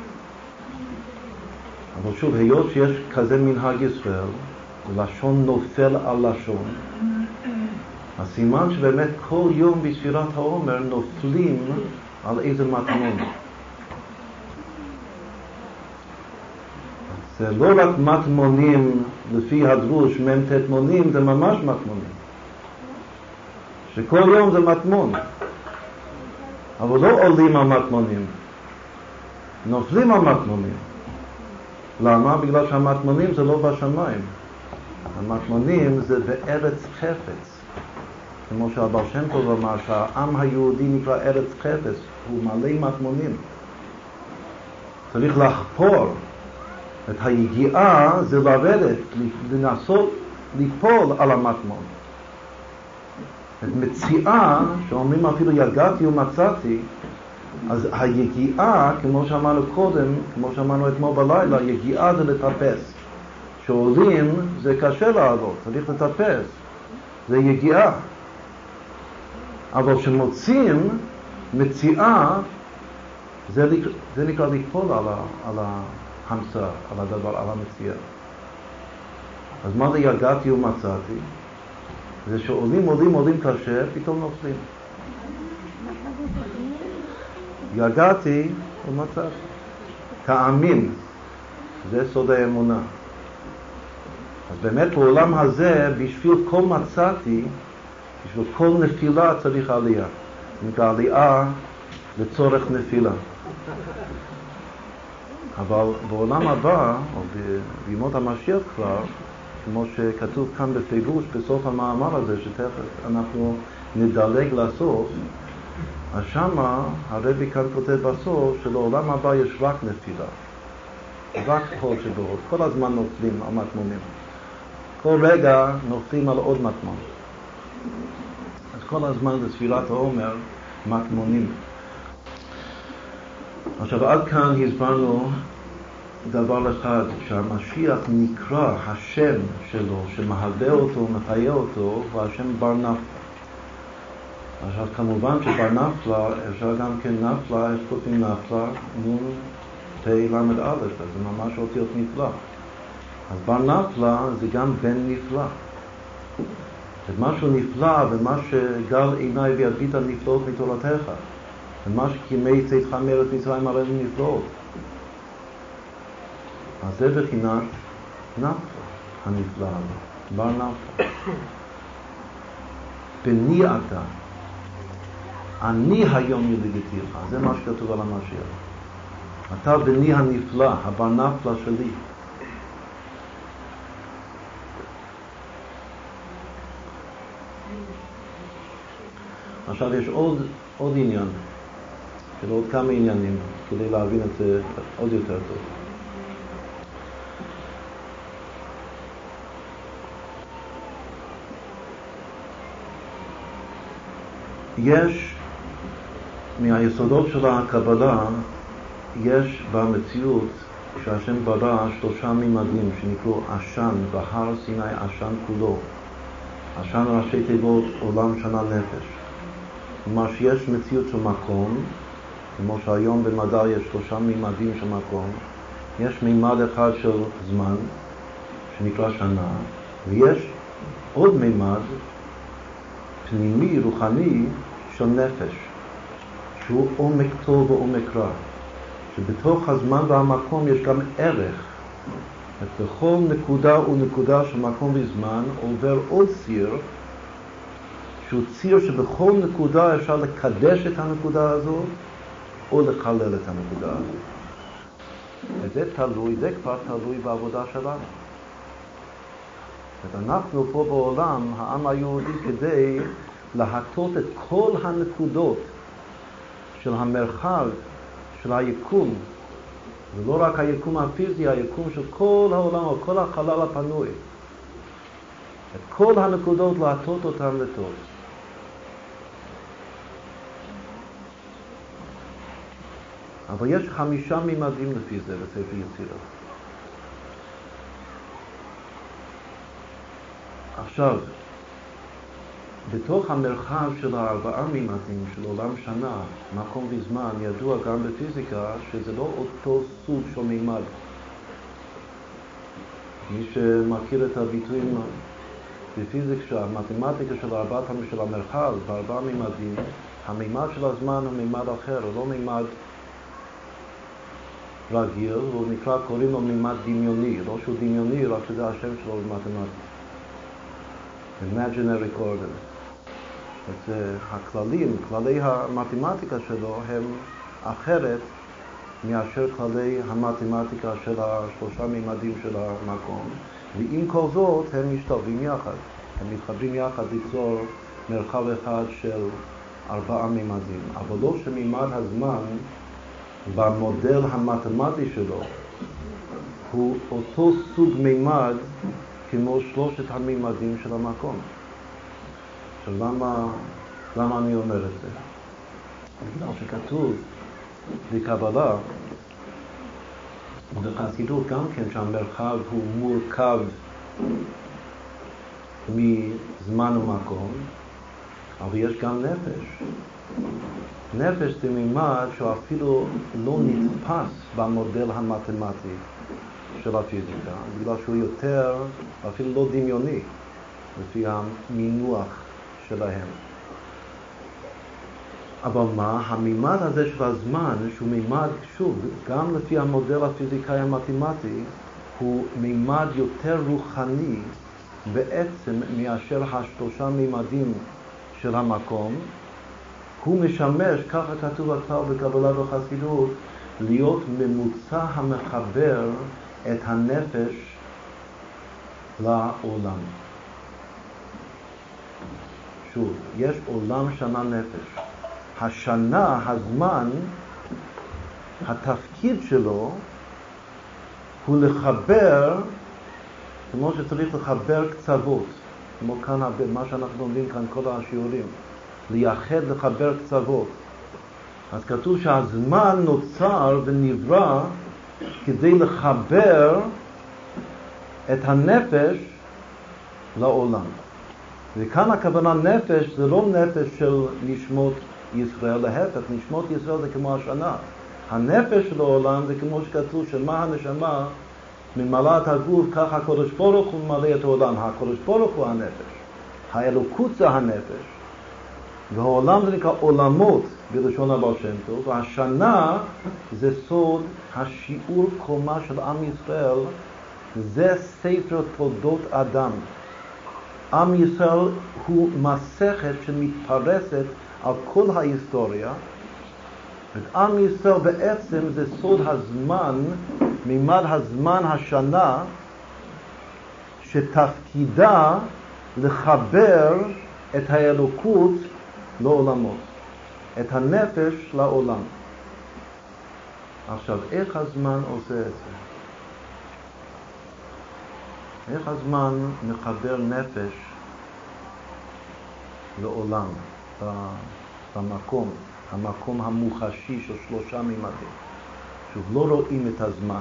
אבל שוב, היות שיש כזה מנהג ישראל, לשון נופל על לשון, הסימן שבאמת כל יום בספירת העומר נופלים על איזה מטמון. זה לא רק מטמונים לפי הדרוש מ"ט מונים, זה ממש מטמונים. שכל יום זה מטמון. אבל לא עולים על מטמונים, נופלים על מטמונים. למה? בגלל שהמטמונים זה לא בשמיים. המטמונים זה בארץ חפץ. כמו שהבעל שם טוב אמר שהעם היהודי נקרא ארץ חפץ, הוא מלא מטמונים. צריך לחפור. את היגיעה זה לרדת, לנסות ליפול על המטמון. את מציאה, שאומרים אפילו יגעתי ומצאתי, אז היגיעה, כמו שאמרנו קודם, כמו שאמרנו אתמול בלילה, יגיעה זה לטפס. שעולים זה קשה לעבוד, צריך לטפס. זה יגיעה. אבל שמוצאים מציאה, זה, זה נקרא ליפול על, ה, על ההמצא, על הדבר, על המציאה. אז מה זה יגעתי ומצאתי? זה שעולים, עולים, עולים קשה, פתאום נופלים. יגעתי ומצאתי. תאמין, זה סוד האמונה. אז באמת בעולם הזה, בשביל כל מצאתי, בשביל כל נפילה צריך עלייה. זה נקרא עלייה לצורך נפילה. אבל בעולם הבא, או בימות המשיח כבר, כמו שכתוב כאן בפירוש בסוף המאמר הזה, שתכף אנחנו נדלג לסוף, אז שמה הרבי כאן כותב בסוף שלעולם הבא יש רק נפילה. רק כל שבועות. כל הזמן נופלים על מטמונים. כל רגע נופלים על עוד מטמון. אז כל הזמן בספירת העומר מטמונים. עכשיו עד כאן הסברנו דבר אחד, שהמשיח נקרא השם שלו, שמהווה אותו, מחיה אותו, הוא השם בר נפלה. עכשיו כמובן שבר נפלה, אפשר גם כן נפלה, יש כותבים נפלה, נון ת' למד א', זה ממש אותיות נפלא. אז בר נפלה זה גם בן נפלא. זה משהו נפלא, ומה שגל עיניי וידעת נפלאות מתורתך. ומה שכימי צאתך מארץ מצרים הרי נפלאות. אז זה בחינת נפלה הנפלא, בר נפלה. בני אתה, אני היום ילידתיך, זה מה שכתוב על המשיח. אתה בני הנפלא, הבר נפלה שלי. עכשיו יש עוד, עוד עניין, של עוד כמה עניינים, כדי להבין את זה עוד יותר טוב. יש, מהיסודות של הקבלה, יש במציאות שהשם ברא שלושה מימדים שנקראו עשן, בהר סיני עשן כולו. עשן ראשי תיבות עולם שנה נפש. כלומר שיש מציאות של מקום, כמו שהיום במדע יש שלושה מימדים של מקום, יש מימד אחד של זמן, שנקרא שנה, ויש עוד מימד פנימי, רוחני, של נפש, שהוא עומק טוב ועומק רע. שבתוך הזמן והמקום יש גם ערך. בכל נקודה ונקודה של מקום וזמן עובר עוד ציר, שהוא ציר שבכל נקודה אפשר לקדש את הנקודה הזאת, או לחלל את הנקודה הזאת. וזה תלוי, זה כבר תלוי בעבודה שלנו. אנחנו פה בעולם, העם היהודי, כדי להטות את כל הנקודות של המרחב, של היקום, ולא רק היקום הפיזי, היקום של כל העולם, או כל החלל הפנוי. את כל הנקודות להטות אותן לטוב. אבל יש חמישה מימדים לפי זה בספר יצירה. עכשיו, בתוך המרחב של הארבעה מימדים של עולם שנה, מקום וזמן, ידוע גם בפיזיקה שזה לא אותו סוג של מימד. מי שמכיר את הביטויים בפיזיקה, שהמתמטיקה של ארבעת של המרחב, בארבעה מימדים, המימד של הזמן הוא מימד אחר, הוא לא מימד רגיל, הוא נקרא, קוראים לו מימד דמיוני, לא שהוא דמיוני, רק שזה השם שלו במתמטיקה. imaginary coordinate. אז הכללים, כללי המתמטיקה שלו הם אחרת מאשר כללי המתמטיקה של השלושה מימדים של המקום. ועם כל זאת הם משתלבים יחד. הם מתחברים יחד ליצור מרחב אחד של ארבעה מימדים. אבל לא שמימד הזמן במודל המתמטי שלו הוא אותו סוג מימד כמו שלושת המימדים של המקום. עכשיו, למה, למה אני אומר את זה? בגלל שכתוב בקבלה, בחסידות גם כן שהמרחב הוא מורכב מזמן ומקום, אבל יש גם נפש. נפש זה מימד שאפילו לא נתפס במודל המתמטי של הפיזיקה, בגלל שהוא יותר, אפילו לא דמיוני, לפי המינוח שלהם. אבל מה? המימד הזה של הזמן, שהוא מימד, שוב, גם לפי המודל הפיזיקאי המתמטי, הוא מימד יותר רוחני בעצם מאשר השלושה מימדים של המקום. הוא משמש, ככה כתוב הכלל בקבלה בחסידות, להיות ממוצע המחבר את הנפש לעולם. שוב, יש עולם שנה נפש. השנה, הזמן, התפקיד שלו הוא לחבר, כמו שצריך לחבר קצוות, כמו כאן, מה שאנחנו לומדים כאן כל השיעורים, לייחד, לחבר קצוות. אז כתוב שהזמן נוצר ונברא כדי לחבר את הנפש לעולם. וכאן הכוונה נפש זה לא נפש של נשמות ישראל, להפך, נשמות ישראל זה כמו השנה. הנפש של העולם זה כמו שכתוב שמה הנשמה ממלא את הגוף, ככה הקדוש ברוך הוא ממלא את העולם. הקדוש ברוך הוא הנפש, האלוקות זה הנפש, והעולם זה נקרא עולמות בלשון הבעל שם טוב, והשנה זה סוד השיעור קומה של עם ישראל, זה ספר תולדות אדם. עם ישראל הוא מסכת שמתפרסת על כל ההיסטוריה, ועם ישראל בעצם זה סוד הזמן, מימד הזמן השנה, שתפקידה לחבר את האלוקות לעולמות, את הנפש לעולם. עכשיו, איך הזמן עושה את זה? איך הזמן מחבר נפש לעולם, במקום, המקום המוחשי של שלושה מימדים, שוב, לא רואים את הזמן.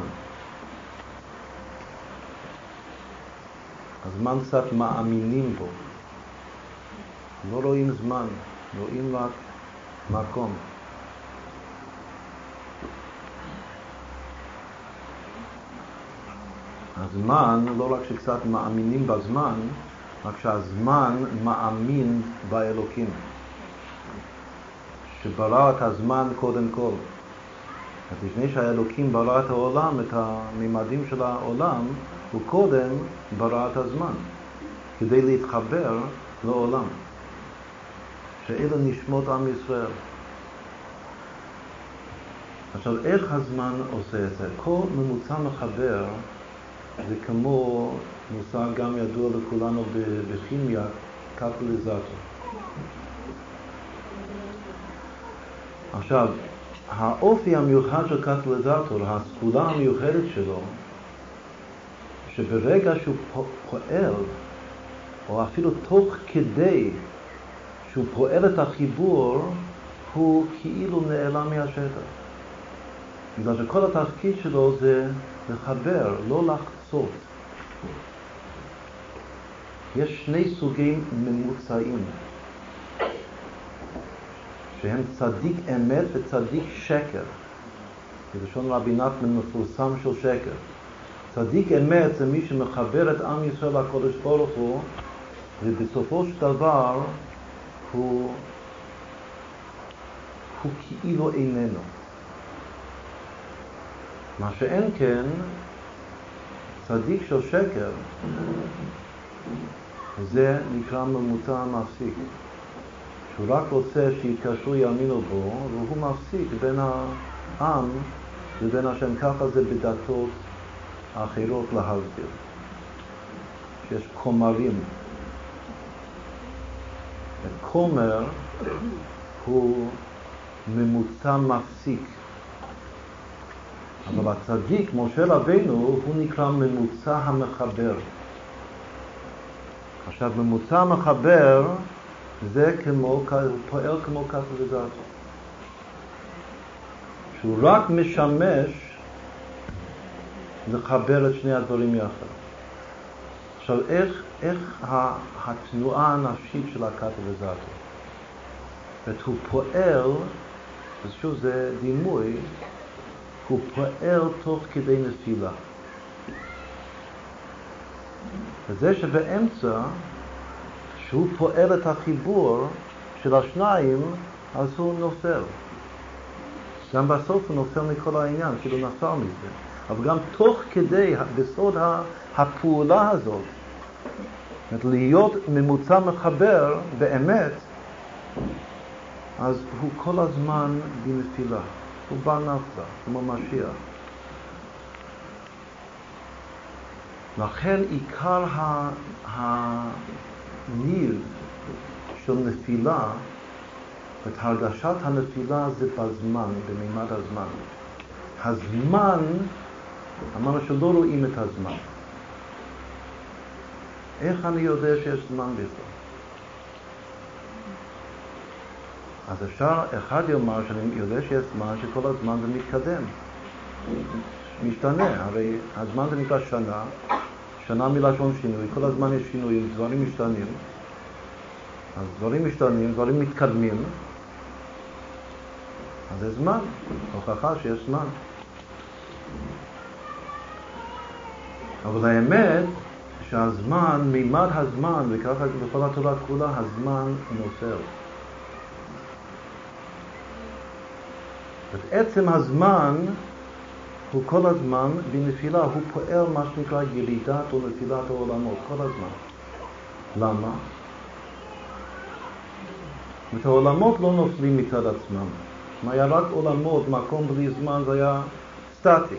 הזמן קצת מאמינים בו. לא רואים זמן, רואים רק מקום. הזמן, לא רק שקצת מאמינים בזמן, רק שהזמן מאמין באלוקים. שברא את הזמן קודם כל. לפני שהאלוקים ברא את העולם, את הממדים של העולם, הוא קודם ברא את הזמן, כדי להתחבר לעולם. שאלה נשמות עם ישראל. עכשיו, איך הזמן עושה את זה? כל ממוצע מחבר זה כמו מושג גם ידוע לכולנו בכימיה, קטליזטור. עכשיו, האופי המיוחד של קטליזטור, הסגולה המיוחדת שלו, שברגע שהוא פועל, או אפילו תוך כדי שהוא פועל את החיבור, הוא כאילו נעלם מהשטח. בגלל שכל התפקיד שלו זה לחבר, לא לחצות. יש שני סוגים ממוצעים, שהם צדיק אמת וצדיק שקר. בלשון רבי נחמן מפורסם של שקר. צדיק אמת זה מי שמחבר את עם ישראל לקדוש ברוך הוא, ובסופו של דבר הוא, הוא כאילו איננו. מה שאין כן, צדיק של שקר, זה נקרא ממוצע מפסיק. שהוא רק רוצה שיתקשרו יאמינו בו, והוא מפסיק בין העם לבין השם. ככה זה בדתות האחרות להסביר. שיש כומרים. כומר הוא ממוצע מפסיק. אבל הצדיק, משה רבנו, הוא נקרא ממוצע המחבר. עכשיו, ממוצע המחבר זה כמו, פועל כמו קטליזטור. שהוא רק משמש לחבר את שני הדברים יחד. עכשיו, איך, איך התנועה הנפשית של הקטליזטור? הוא פועל, ושוב זה דימוי, הוא פועל תוך כדי נפילה. וזה שבאמצע, שהוא פועל את החיבור של השניים, אז הוא נופל. גם בסוף הוא נופל מכל העניין, כאילו נפל מזה. אבל גם תוך כדי, בסוד הפעולה הזאת, להיות ממוצע מחבר באמת, אז הוא כל הזמן בנפילה. הוא בא נפלה, כמו משיח. לכן עיקר הניב של נפילה, את הרגשת הנפילה זה בזמן, במימד הזמן. הזמן, אמרנו שלא רואים את הזמן. איך אני יודע שיש זמן בכלל? אז אפשר, אחד יאמר שאני יודע שיש זמן שכל הזמן זה מתקדם. משתנה, הרי הזמן זה נקרא שנה, שנה מלשון שינוי, כל הזמן יש שינויים, דברים משתנים. אז דברים משתנים, דברים מתקדמים, אז זה זמן, הוכחה שיש זמן. אבל האמת שהזמן, מימד הזמן, וככה בכל התורה כולה, הזמן נופל. בעצם הזמן הוא כל הזמן בנפילה, הוא פועל מה שנקרא ירידת או נפילת העולמות, כל הזמן. למה? את העולמות לא נופלים מצד עצמם. אם היה רק עולמות, מקום בלי זמן, זה היה סטטי.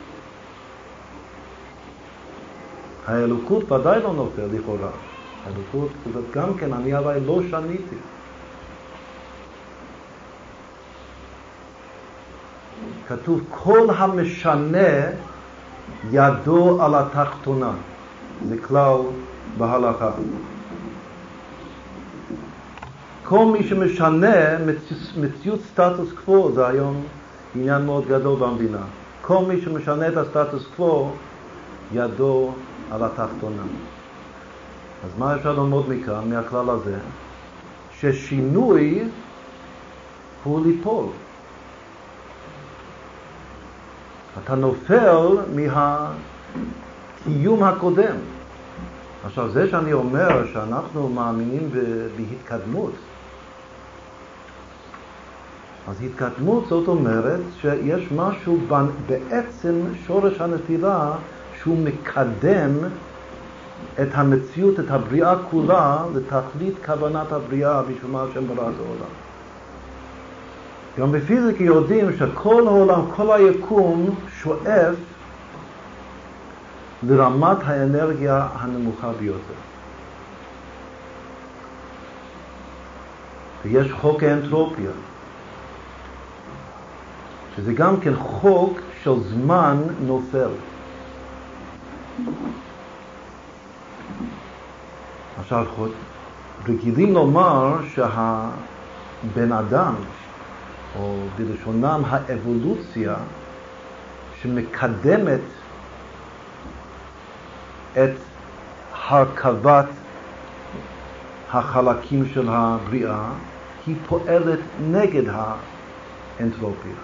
האלוקות ודאי לא נופל לכאורה. האלוקות, זאת גם כן, אני הרי לא שניתי. כתוב, כל המשנה ידו על התחתונה. זה כלל בהלכה. כל מי שמשנה מציאות סטטוס קוו, זה היום עניין מאוד גדול במדינה. כל מי שמשנה את הסטטוס קוו, ידו על התחתונה. אז מה אפשר ללמוד מכאן, מהכלל הזה? ששינוי הוא ליפול. אתה נופל מהקיום הקודם. עכשיו, זה שאני אומר שאנחנו מאמינים בהתקדמות, אז התקדמות זאת אומרת שיש משהו בעצם שורש הנפילה שהוא מקדם את המציאות, את הבריאה כולה, לתכלית כוונת הבריאה בשביל מה השם ברא את העולם. גם בפיזיקה יודעים שכל העולם, כל היקום שואף לרמת האנרגיה הנמוכה ביותר. ויש חוק האנטרופיה, שזה גם כן חוק של זמן נופל. עכשיו, עכשיו, רגילים לומר שהבן אדם, או בלשונם האבולוציה, שמקדמת את הרכבת החלקים של הבריאה, היא פועלת נגד האנטרופיה.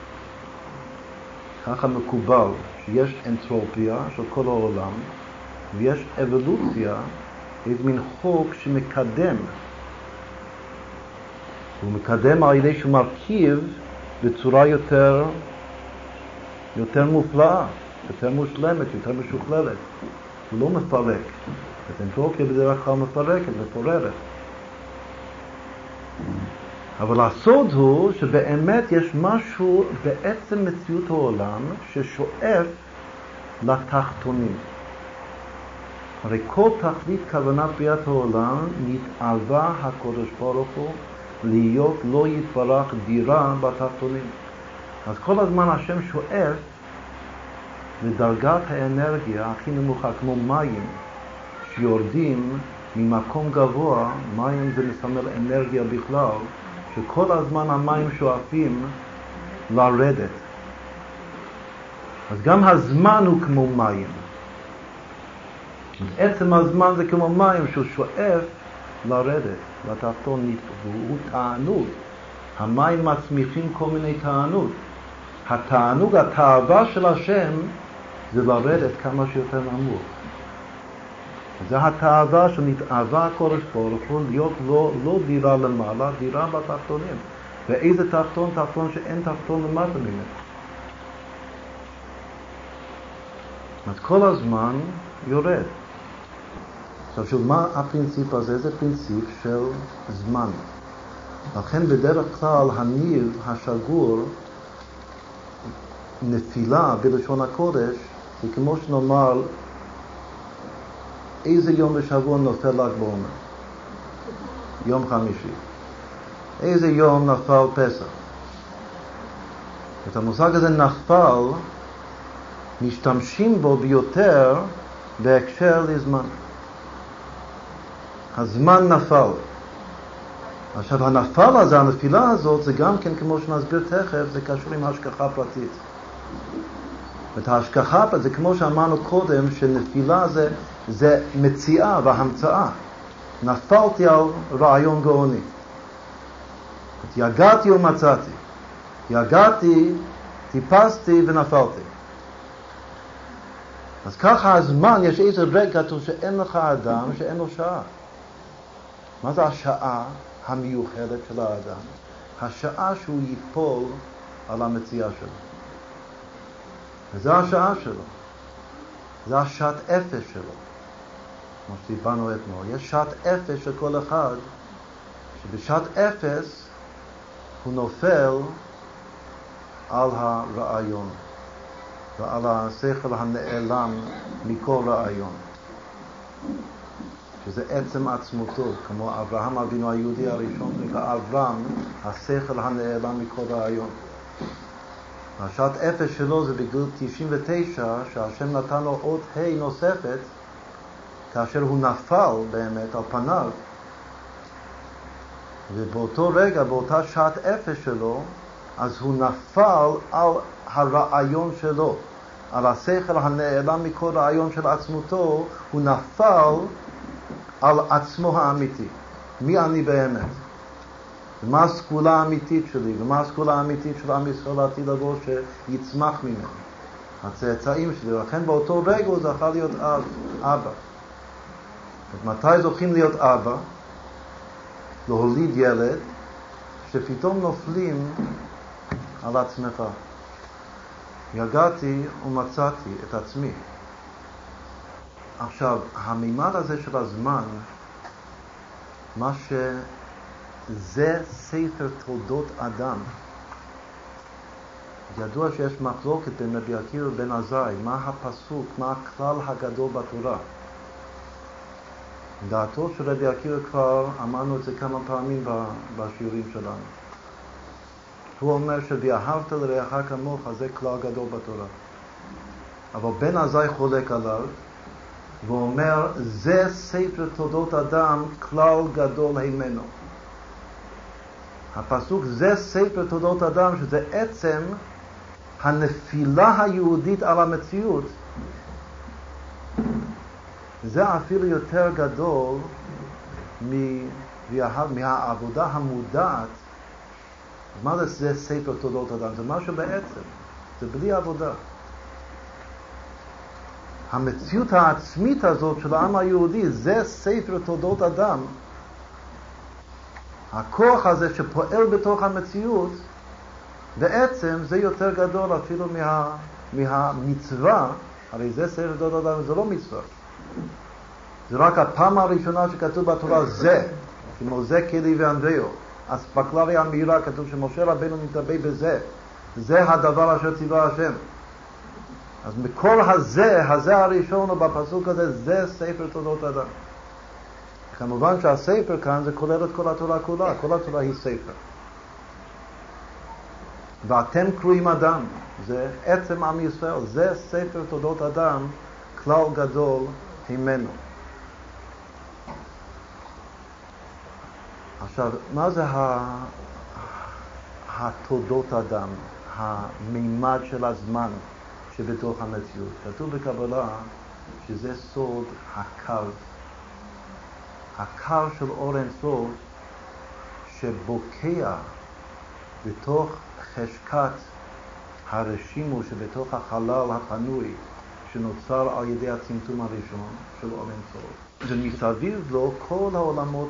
ככה מקובל שיש אנטרופיה של כל העולם, ויש אבולוציה, איזה מין חוק שמקדם. הוא מקדם על ידי שהוא מרכיב בצורה יותר, יותר מופלאה, יותר מושלמת, יותר משוכללת. הוא לא מפרק. את אנטרופיה בדרך כלל מפרקת ופוררת. אבל הסוד הוא שבאמת יש משהו בעצם מציאות העולם ששואף לתחתונים. הרי כל תכלית כוונת בריאת העולם נתאווה הקדוש ברוך הוא להיות לא יתברך דירה בתחתונים. אז כל הזמן השם שואף לדרגת האנרגיה הכי נמוכה, כמו מים שיורדים ממקום גבוה. מים זה מסמל אנרגיה בכלל, שכל הזמן המים שואפים לרדת. אז גם הזמן הוא כמו מים. עצם הזמן זה כמו מים שהוא שואף לרדת לתחתון, והוא תענוג. המים מצמיחים כל מיני תענוג. התענוג, התאווה של השם זה לרדת כמה שיותר נמוך. זה התאווה שנתאווה הקודש ברוך הוא להיות לא, לא דירה למעלה, דירה בתחתונים. ואיזה תחתון? תחתון שאין תחתון למטה ממנו. אז כל הזמן יורד. עכשיו שוב, מה הפרינציפ הזה? זה פרינציפ של זמן. לכן בדרך כלל הניב השגור, נפילה בלשון הקודש, זה כמו שנאמר, איזה יום בשבוע נופל ל"ג בעומר? יום חמישי. איזה יום נפל פסח? את המושג הזה נפל, משתמשים בו ביותר בהקשר לזמן. הזמן נפל. עכשיו הנפל הזה, הנפילה הזאת, זה גם כן, כמו שנסביר תכף, זה קשור עם השגחה פרטית. את ההשגחה, זה כמו שאמרנו קודם, שנפילה זה, זה מציאה והמצאה. נפלתי על רעיון גאוני. יגעתי ומצאתי. יגעתי, טיפסתי ונפלתי. אז ככה הזמן, יש איזה רגע שאין לך אדם, שאין לו שעה. מה זה השעה המיוחדת של האדם? השעה שהוא ייפול על המציאה שלו. וזה השעה שלו. זה השעת אפס שלו. כמו שדיברנו אתמול. יש שעת אפס של כל אחד, שבשעת אפס הוא נופל על הרעיון. ועל השכל הנעלם מכל רעיון. שזה עצם עצמותו, כמו אברהם אבינו היהודי הראשון, נקרא אברהם, השכל הנעלם מכל רעיון. השעת אפס שלו זה בגיל תשעים ותשע, שהשם נתן לו עוד ה' נוספת, כאשר הוא נפל באמת על פניו. ובאותו רגע, באותה שעת אפס שלו, אז הוא נפל על הרעיון שלו, על השכל הנעלם מכל רעיון של עצמותו, הוא נפל על עצמו האמיתי. מי אני באמת? ומה הסגולה האמיתית שלי? ומה הסגולה האמיתית של עם ישראל העתיד לבוא שיצמח ממנו? הצאצאים שלי. ולכן באותו רגע הוא זכה להיות אב, אבא. מתי זוכים להיות אבא? להוליד ילד, שפתאום נופלים על עצמך. יגעתי ומצאתי את עצמי. עכשיו, המימד הזה של הזמן, מה שזה ספר תולדות אדם. ידוע שיש מחלוקת בין רבי עקיבא ובן עזאי, מה הפסוק, מה הכלל הגדול בתורה. דעתו של רבי עקיבא כבר אמרנו את זה כמה פעמים בשיעורים שלנו. הוא אומר ש"ואהבת לרעך כמוך" זה כלל גדול בתורה. אבל בן עזאי חולק עליו, ואומר, זה ספר תולדות אדם, כלל גדול הימנו. הפסוק זה ספר תולדות אדם, שזה עצם הנפילה היהודית על המציאות, זה אפילו יותר גדול מהעבודה המודעת. מה זה, זה ספר תולדות אדם? זה משהו בעצם, זה בלי עבודה. המציאות העצמית הזאת של העם היהודי, זה ספר תולדות אדם. הכוח הזה שפועל בתוך המציאות, בעצם זה יותר גדול אפילו מה, מהמצווה. הרי זה ספר תולדות אדם, זה לא מצווה. זה רק הפעם הראשונה שכתוב בתורה זה, כמו זה כלי ואנדריאו. אז בקלריה המהירה כתוב שמשה רבנו מתאבא בזה. זה הדבר אשר ציווה השם. אז מכל הזה, הזה הראשון הוא בפסוק הזה, זה ספר תולדות אדם. כמובן שהספר כאן זה כולל את כל התורה כולה, כל התורה היא ספר. ואתם קרואים אדם, זה עצם עם ישראל, זה ספר תולדות אדם, כלל גדול הימנו. עכשיו, מה זה התולדות אדם, המימד של הזמן שבתוך המציאות? כתוב בקבלה שזה סוד הקו, הקו של אור אין סוף שבוקע בתוך חשקת הרשימו שבתוך החלל הפנוי שנוצר על ידי הצמצום הראשון של אור אין סוף. ומסביב לו כל העולמות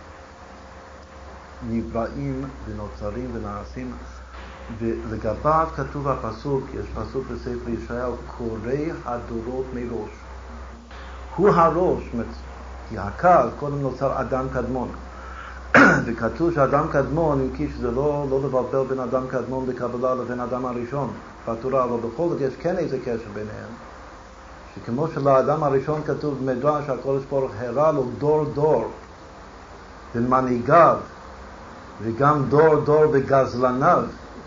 נבראים ונוצרים ונעשים, ולגביו כתוב הפסוק, יש פסוק בספר ישעיהו, קורא הדורות מראש. הוא הראש, כי הקו קודם נוצר אדם קדמון. וכתוב שאדם קדמון, אם כי שזה לא, לא לבלבל בין אדם קדמון בקבלה לבין אדם הראשון בתורה, אבל בכל זאת יש כן איזה קשר ביניהם. שכמו שלאדם הראשון כתוב במדרש שהקדוש ברוך הוא הראה לו דור דור ומנהיגיו, וגם דור דור וגזלניו,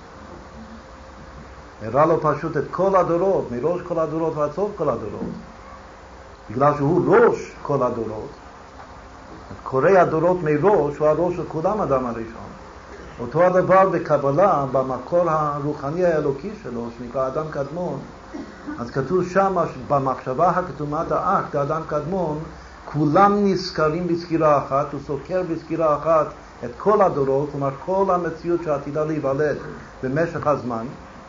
הראה לו פשוט את כל הדורות, מראש כל הדורות ועד סוף כל הדורות, בגלל שהוא ראש כל הדורות. קורא הדורות מראש, הוא הראש של כולם אדם הראשון. אותו הדבר בקבלה, במקור הרוחני האלוקי שלו, שנקרא אדם קדמון, אז כתוב שם, במחשבה הכתומת האקט, האדם קדמון, כולם נזכרים בסקירה אחת, הוא סוקר בסקירה אחת את כל הדורות, כלומר כל המציאות שעתידה להיוולד במשך הזמן,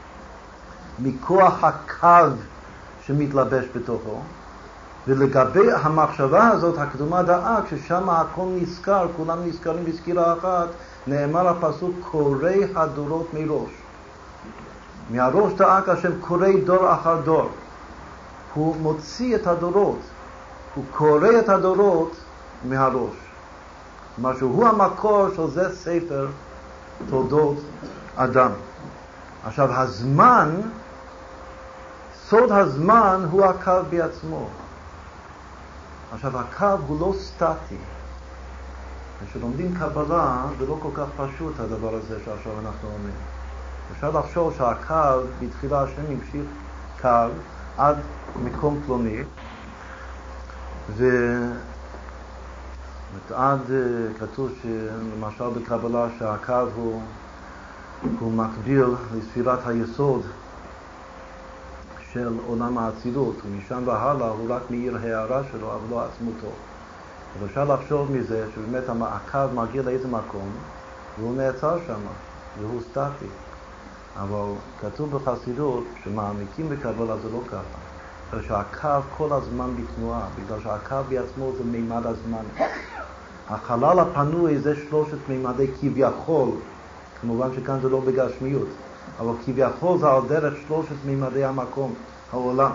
מכוח הקו שמתלבש בתוכו, ולגבי המחשבה הזאת, הקדומה דאק, ששם הכל נזכר, כולם נזכרים בסקירה אחת, נאמר הפסוק, קורא הדורות מראש. מהראש דאק השם קורא דור אחר דור. הוא מוציא את הדורות, הוא קורא את הדורות מהראש. כלומר שהוא המקור של זה ספר תולדות אדם. עכשיו הזמן, סוד הזמן הוא הקו בעצמו. עכשיו הקו הוא לא סטטי. כשלומדים קבלה זה לא כל כך פשוט הדבר הזה שעכשיו אנחנו אומרים. אפשר לחשוב שהקו בתחילה השם המשיך קו עד מקום פלוני, ועד כתוב שלמשל בקבלה שהקו הוא, הוא מקביל לספירת היסוד של עולם האצילות, ומשם והלאה הוא רק מאיר הערה שלו, אבל לא עצמותו. אז אפשר לחשוב מזה שבאמת הקו מגיע לאיזה מקום, והוא נעצר שם, והוא סטטי. אבל כתוב בחסידות שמעמיקים בקבלה זה לא ככה. שהקו כל הזמן בתנועה, בגלל שהקו בעצמו זה מימד הזמן. החלל הפנוי זה שלושת מימדי כביכול, כמובן שכאן זה לא בגשמיות, אבל כביכול זה על דרך שלושת מימדי המקום, העולם.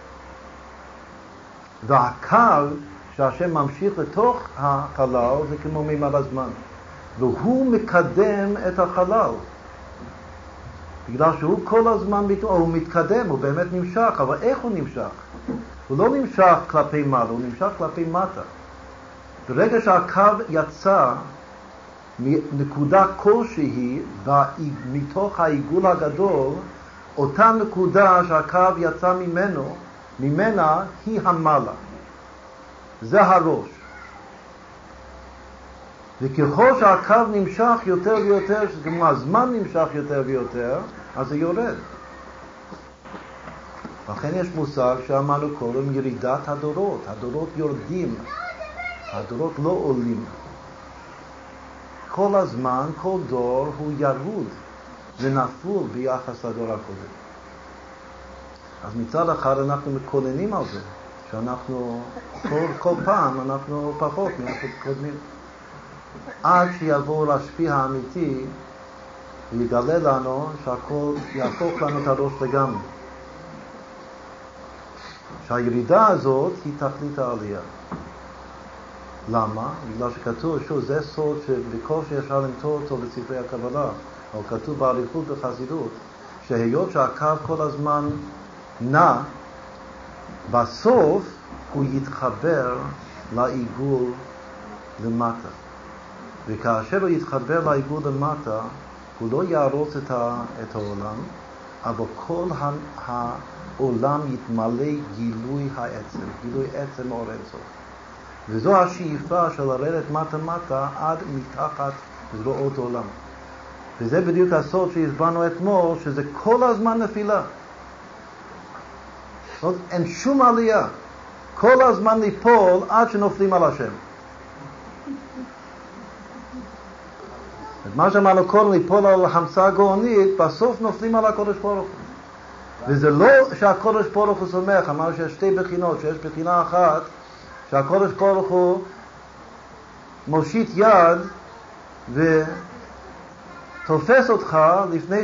והקו שהשם ממשיך לתוך החלל זה כמו מימד הזמן. והוא מקדם את החלל. בגלל שהוא כל הזמן בתנועה, הוא מתקדם, הוא באמת נמשך, אבל איך הוא נמשך? הוא לא נמשך כלפי מעלה, הוא נמשך כלפי מטה. ברגע שהקו יצא מנקודה כלשהי מתוך העיגול הגדול, אותה נקודה שהקו יצא ממנו, ממנה היא המעלה. זה הראש. וככל שהקו נמשך יותר ויותר, כמו הזמן נמשך יותר ויותר, אז זה יורד. לכן יש מושג שאמרנו קודם, ירידת הדורות. הדורות יורדים, הדורות לא עולים. כל הזמן, כל דור הוא ירוד ונפול ביחס לדור הקודם. אז מצד אחד אנחנו מקוננים על זה, שאנחנו כל, כל פעם אנחנו פחות מאשר קודמים. עד שיבוא להשפיע האמיתי ויגלה לנו שהכל יהפוך לנו את הראש לגמרי. שהירידה הזאת היא תכלית העלייה. למה? בגלל שכתוב, שוב, זה סוד שבקושי אפשר למצוא אותו בספרי הקבלה, או כתוב באריכות בחסידות, שהיות שהקו כל הזמן נע, בסוף הוא יתחבר לעיגול למטה. וכאשר הוא יתחבר לעיגול למטה, הוא לא יערוץ את, ה, את העולם, אבל כל העולם יתמלא גילוי העצם, גילוי עצם אור אינסוף. וזו השאיפה של לרדת מטה-מטה עד מתחת זרועות עולם. וזה בדיוק הסוד שהסברנו אתמול, שזה כל הזמן נפילה. אין שום עלייה. כל הזמן ליפול עד שנופלים על השם. מה שאמרנו קודם, ליפול על החמצה הגאונית, בסוף נופלים על הקודש ברוך הוא. וזה לא שהקודש ברוך הוא סומך, אמרנו שיש שתי בחינות, שיש בחינה אחת, שהקודש ברוך הוא מושיט יד ותופס אותך לפני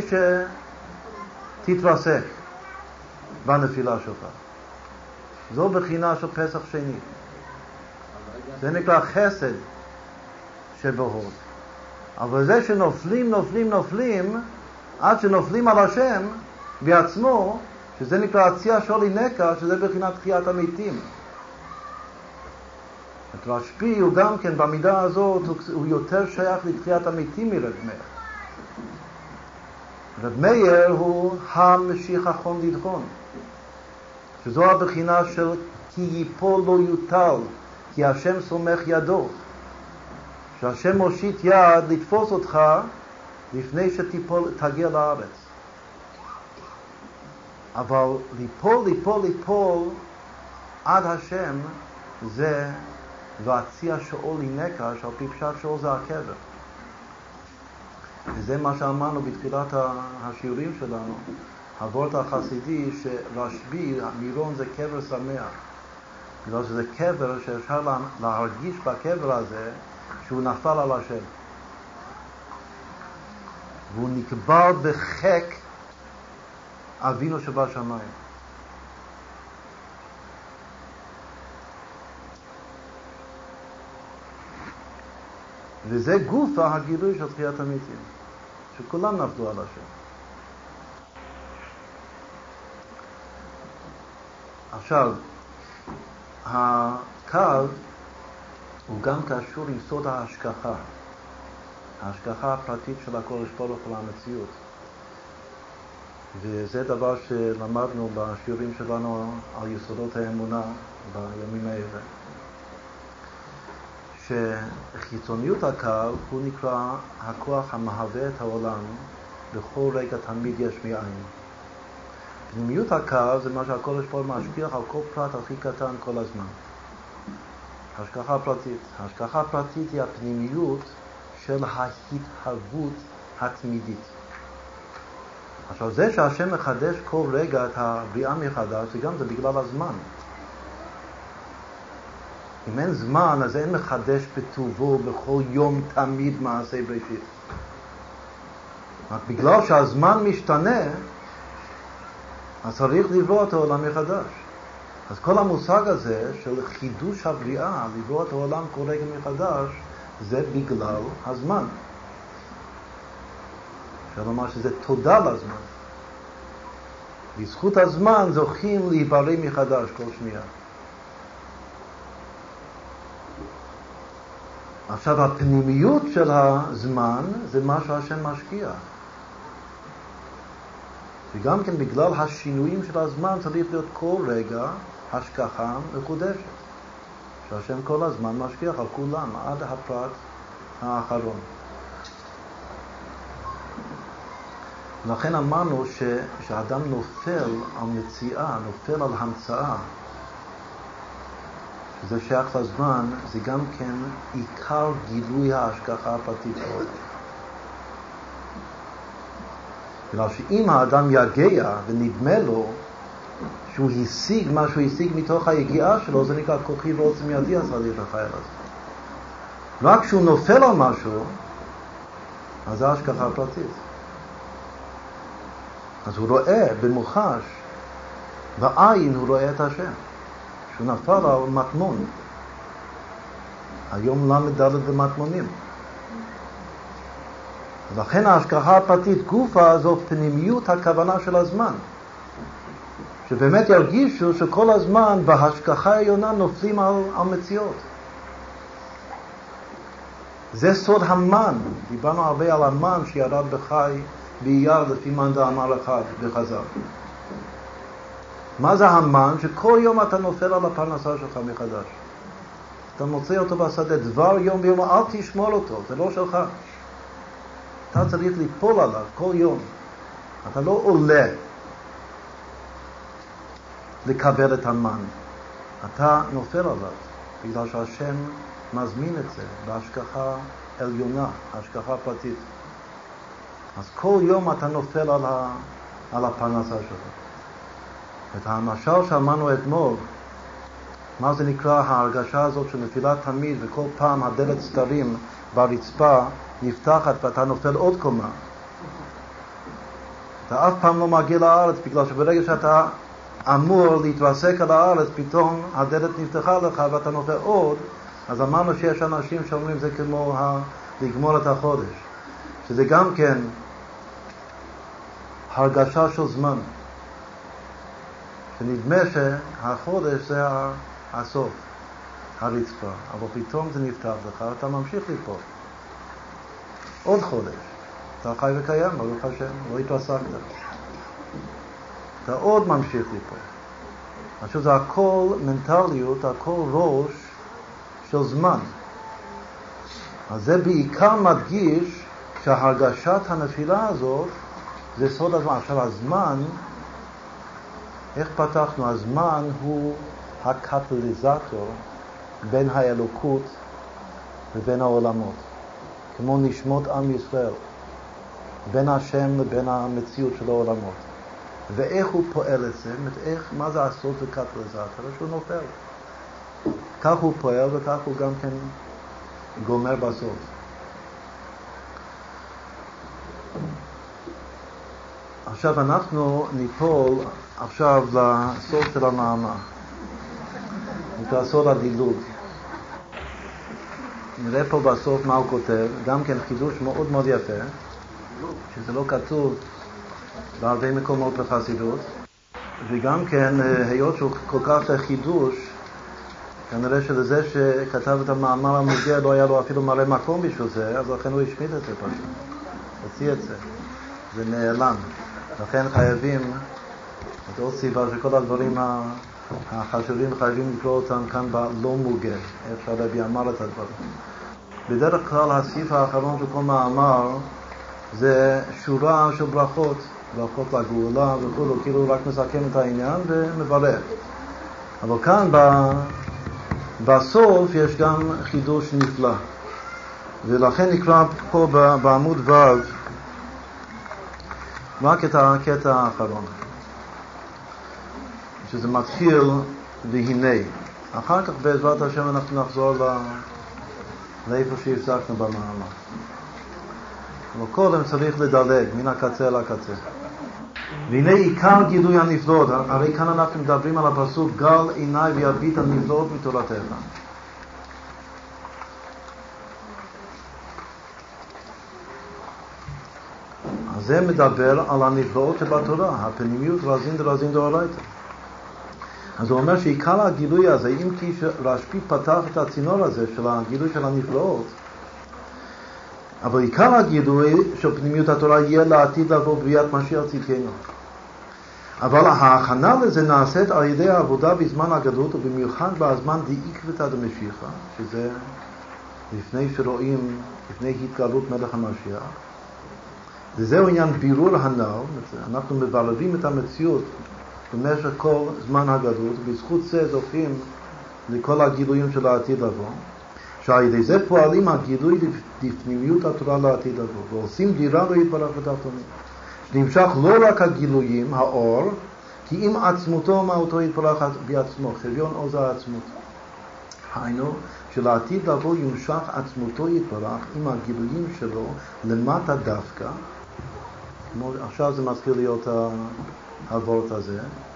שתתרסק בנפילה שלך. זו בחינה של פסח שני. זה נקרא חסד שבהוד. אבל זה שנופלים, נופלים, נופלים, עד שנופלים על השם בעצמו, שזה נקרא הציע שולי נקע, שזה בחינת תחיית המתים. את רשב"י הוא גם כן במידה הזאת, הוא יותר שייך לתחיית המתים מרב מאיר. רב מאיר הוא המשיח אחרון לדחון, שזו הבחינה של כי ייפול לא יוטל, כי השם סומך ידו. שהשם מושיט יד לתפוס אותך לפני שתגיע לארץ. אבל ליפול, ליפול, ליפול עד השם זה והציע שאול לנקע, שעל פי פשט שאול זה הקבר. וזה מה שאמרנו בתחילת השיעורים שלנו. הוורט החסידי שרשב"י, מירון זה קבר שמח. בגלל שזה קבר שאפשר להרגיש בקבר הזה שהוא נפל על השם. והוא נקבר בחק אבינו שבשמיים. וזה גופה הגילוי של תחיית המתים, שכולם נפלו על השם. עכשיו, הקו הוא גם קשור עם סוד ההשגחה. ההשגחה הפרטית של הקודש ברוך הוא למציאות. וזה דבר שלמדנו בשיעורים שלנו על יסודות האמונה בימים האלה. שחיצוניות הקו הוא נקרא הכוח המהווה את העולם בכל רגע תמיד יש מאין. פנימיות הקו זה מה שהקודש ברוך הוא משגיח על כל פרט הכי קטן כל הזמן. השגחה פרטית. השגחה פרטית היא הפנימיות של ההתהוות התמידית. עכשיו זה שהשם מחדש כל רגע את הבריאה מחדש, זה גם זה בגלל הזמן. אם אין זמן, אז אין מחדש בטובו בכל יום תמיד מעשה בראשית. רק בגלל שהזמן משתנה, אז צריך לברוא את העולם מחדש. אז כל המושג הזה של חידוש הבריאה, לברוא את העולם כל רגע מחדש, זה בגלל הזמן. אפשר לומר שזה תודה לזמן. בזכות הזמן זוכים להיברא מחדש כל שנייה. עכשיו הפנימיות של הזמן זה מה שהשם משקיע. וגם כן בגלל השינויים של הזמן צריך להיות כל רגע השגחה מחודשת. שהשם כל הזמן משגיח על כולם, עד הפרט האחרון. לכן אמרנו ש, שהאדם נופל על מציאה, נופל על המצאה, שזה שייך לזמן, זה גם כן עיקר גילוי ההשגחה הפרטית עוד. בגלל שאם האדם יגיע ונדמה לו שהוא השיג מה שהוא השיג מתוך היגיעה שלו, זה נקרא כוחי ועוצם ידי עשה לי את החייל הזה. רק כשהוא נופל על משהו, אז זה השגחה פרטית. אז הוא רואה במוחש, בעין הוא רואה את השם. שהוא נפל על מטמון. היום למד ד' במטמונים. ולכן ההשגחה הפרטית גופה זו פנימיות הכוונה של הזמן. שבאמת ירגישו שכל הזמן בהשגחה העליונה נופלים על, על מציאות. זה סוד המן. דיברנו הרבה על המן שירד בחי באייר לפי מאן דאמר אחד בחז"ל. מה זה המן? שכל יום אתה נופל על הפרנסה שלך מחדש. אתה מוצא אותו בשדה, דבר יום ביום, אל תשמור אותו, זה לא שלך. אתה צריך ליפול עליו כל יום. אתה לא עולה לקבל את המן. אתה נופל עליו, בגלל שהשם מזמין את זה בהשגחה עליונה, השגחה פרטית. אז כל יום אתה נופל על, ה, על הפרנסה שלך. את המשל שאמרנו אתמול, מה זה נקרא ההרגשה הזאת של נפילה תמיד, וכל פעם הדלת סתרים ברצפה נפתחת ואתה נופל עוד קומה. אתה אף פעם לא מגיע לארץ, בגלל שברגע שאתה אמור להתרסק על הארץ, פתאום הדלת נפתחה לך ואתה נופל עוד. אז אמרנו שיש אנשים שאומרים זה כמו ה... לגמור את החודש, שזה גם כן הרגשה של זמן, שנדמה שהחודש זה הסוף, הרצפה, אבל פתאום זה נפתח לך, אתה ממשיך ליפול. עוד חודש, אתה חי וקיים, ברוך השם, לא התרסקת. אתה עוד ממשיך ליפול. עכשיו זה הכל מנטליות, הכל ראש של זמן. אז זה בעיקר מדגיש שהרגשת הנפילה הזאת זה סוד הזמן. עכשיו הזמן, איך פתחנו? הזמן הוא הקטליזטור בין האלוקות ובין העולמות. כמו נשמות עם ישראל, בין השם לבין המציאות של העולמות. ואיך הוא פועל את זה? איך, מה זה הסוד וקטליזטור? שהוא נופל. כך הוא פועל וכך הוא גם כן גומר בסוף. עכשיו אנחנו ניפול עכשיו לסוף של המאמר. נקרא סוד הדילוג. נראה פה בסוף מה הוא כותב, גם כן חידוש מאוד מאוד יפה, שזה לא כתוב בהרבה מקומות בחסידות, וגם כן היות שהוא כל כך חידוש, כנראה שלזה שכתב את המאמר המוגע לא היה לו אפילו מלא מקום בשביל זה, אז לכן הוא השמיט את זה פשוט, הוציא את זה, זה נעלם. לכן חייבים, את עוד סיבה שכל הדברים החשובים חייבים לקרוא אותם כאן בלא מוגע, איך שהרבי אמר את הדברים. בדרך כלל הסעיף האחרון של כל מאמר זה שורה של ברכות, ברכות לגאולה וכו', כאילו רק מסכם את העניין ומברך. אבל כאן ב... בסוף יש גם חידוש נפלא, ולכן נקרא פה בעמוד ו' רק את הקטע האחרון, שזה מתחיל והנה. אחר כך בעזרת השם אנחנו נחזור לא... לאיפה שהפסקנו במאמר. אבל קודם צריך לדלג מן הקצה לקצה. והנה עיקר גילוי הנפלאות, הרי כאן אנחנו מדברים על הפסוק גל עיניי ויביט הנפלאות מתורתך. אז זה מדבר על הנפלאות שבתורה, הפנימיות רזין דרזין דאורייתא. אז הוא אומר שעיקר הגילוי הזה, אם כי רשב"י פתח את הצינור הזה של הגילוי של הנפלאות, אבל עיקר הגילוי של פנימיות התורה יהיה לעתיד לבוא בביאת משיח צדקנו. אבל ההכנה לזה נעשית על ידי העבודה בזמן הגלות, ובמיוחד בזמן דעיקבתא דמשיחא, שזה לפני שרואים, לפני התגלות מלך המשיח. וזהו עניין בירור הנ"ל, אנחנו מבלבים את המציאות במשך כל זמן הגלות, ובזכות זה זוכים לכל הגילויים של העתיד לבוא, שעל ידי זה פועלים הגילוי לפנימיות התורה לעתיד לבוא, ועושים דירה לא יתברך בתחתונים. שנמשך לא רק הגילויים, האור, כי אם עצמותו ומהותו יתברך בעצמו, חביון עוז העצמות. היינו, שלעתיד לבוא ימשך עצמותו יתברך עם הגילויים שלו למטה דווקא. עכשיו זה מתחיל להיות העבורת הזה.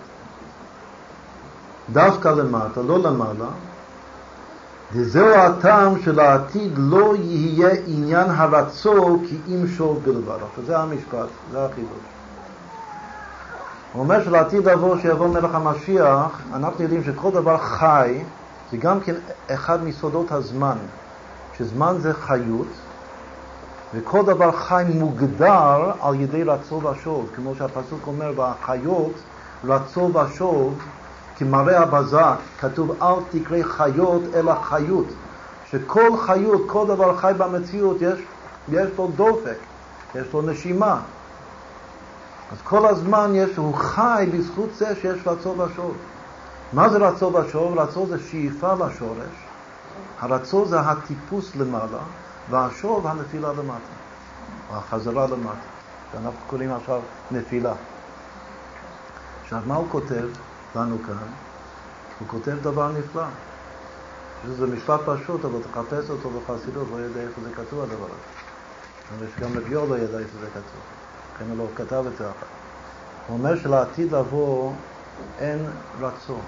דווקא למטה, לא למעלה. וזהו הטעם שלעתיד לא יהיה עניין הרצו כי אם שוב בלבד. זה המשפט, זה החידוש. הוא אומר שלעתיד לבוא שיבוא מלך המשיח, אנחנו יודעים שכל דבר חי, זה גם כן אחד מסודות הזמן, שזמן זה חיות, וכל דבר חי מוגדר על ידי רצו ושוב, כמו שהפסוק אומר בחיות, רצו ושוב, כמראה הבזק, כתוב אל תקרא חיות אלא חיות, שכל חיות, כל דבר חי במציאות, יש, יש לו דופק, יש לו נשימה. אז כל הזמן יש, הוא חי בזכות זה שיש רצו ושוב. מה זה רצו ושוב? רצו זה שאיפה לשורש, הרצו זה הטיפוס למעלה, והשוב הנפילה למטה, או החזרה למטה, שאנחנו קוראים עכשיו נפילה. עכשיו מה הוא כותב לנו כאן? הוא כותב דבר נפלא. זה משפט פשוט, אבל תחפש אותו בחסידות, לא יודע איפה זה כתוב הדבר הזה. אבל שגם לביור לא ידע איפה זה כתוב. לכן הוא לא כתב את זה אחת. הוא אומר שלעתיד לבוא אין רצון.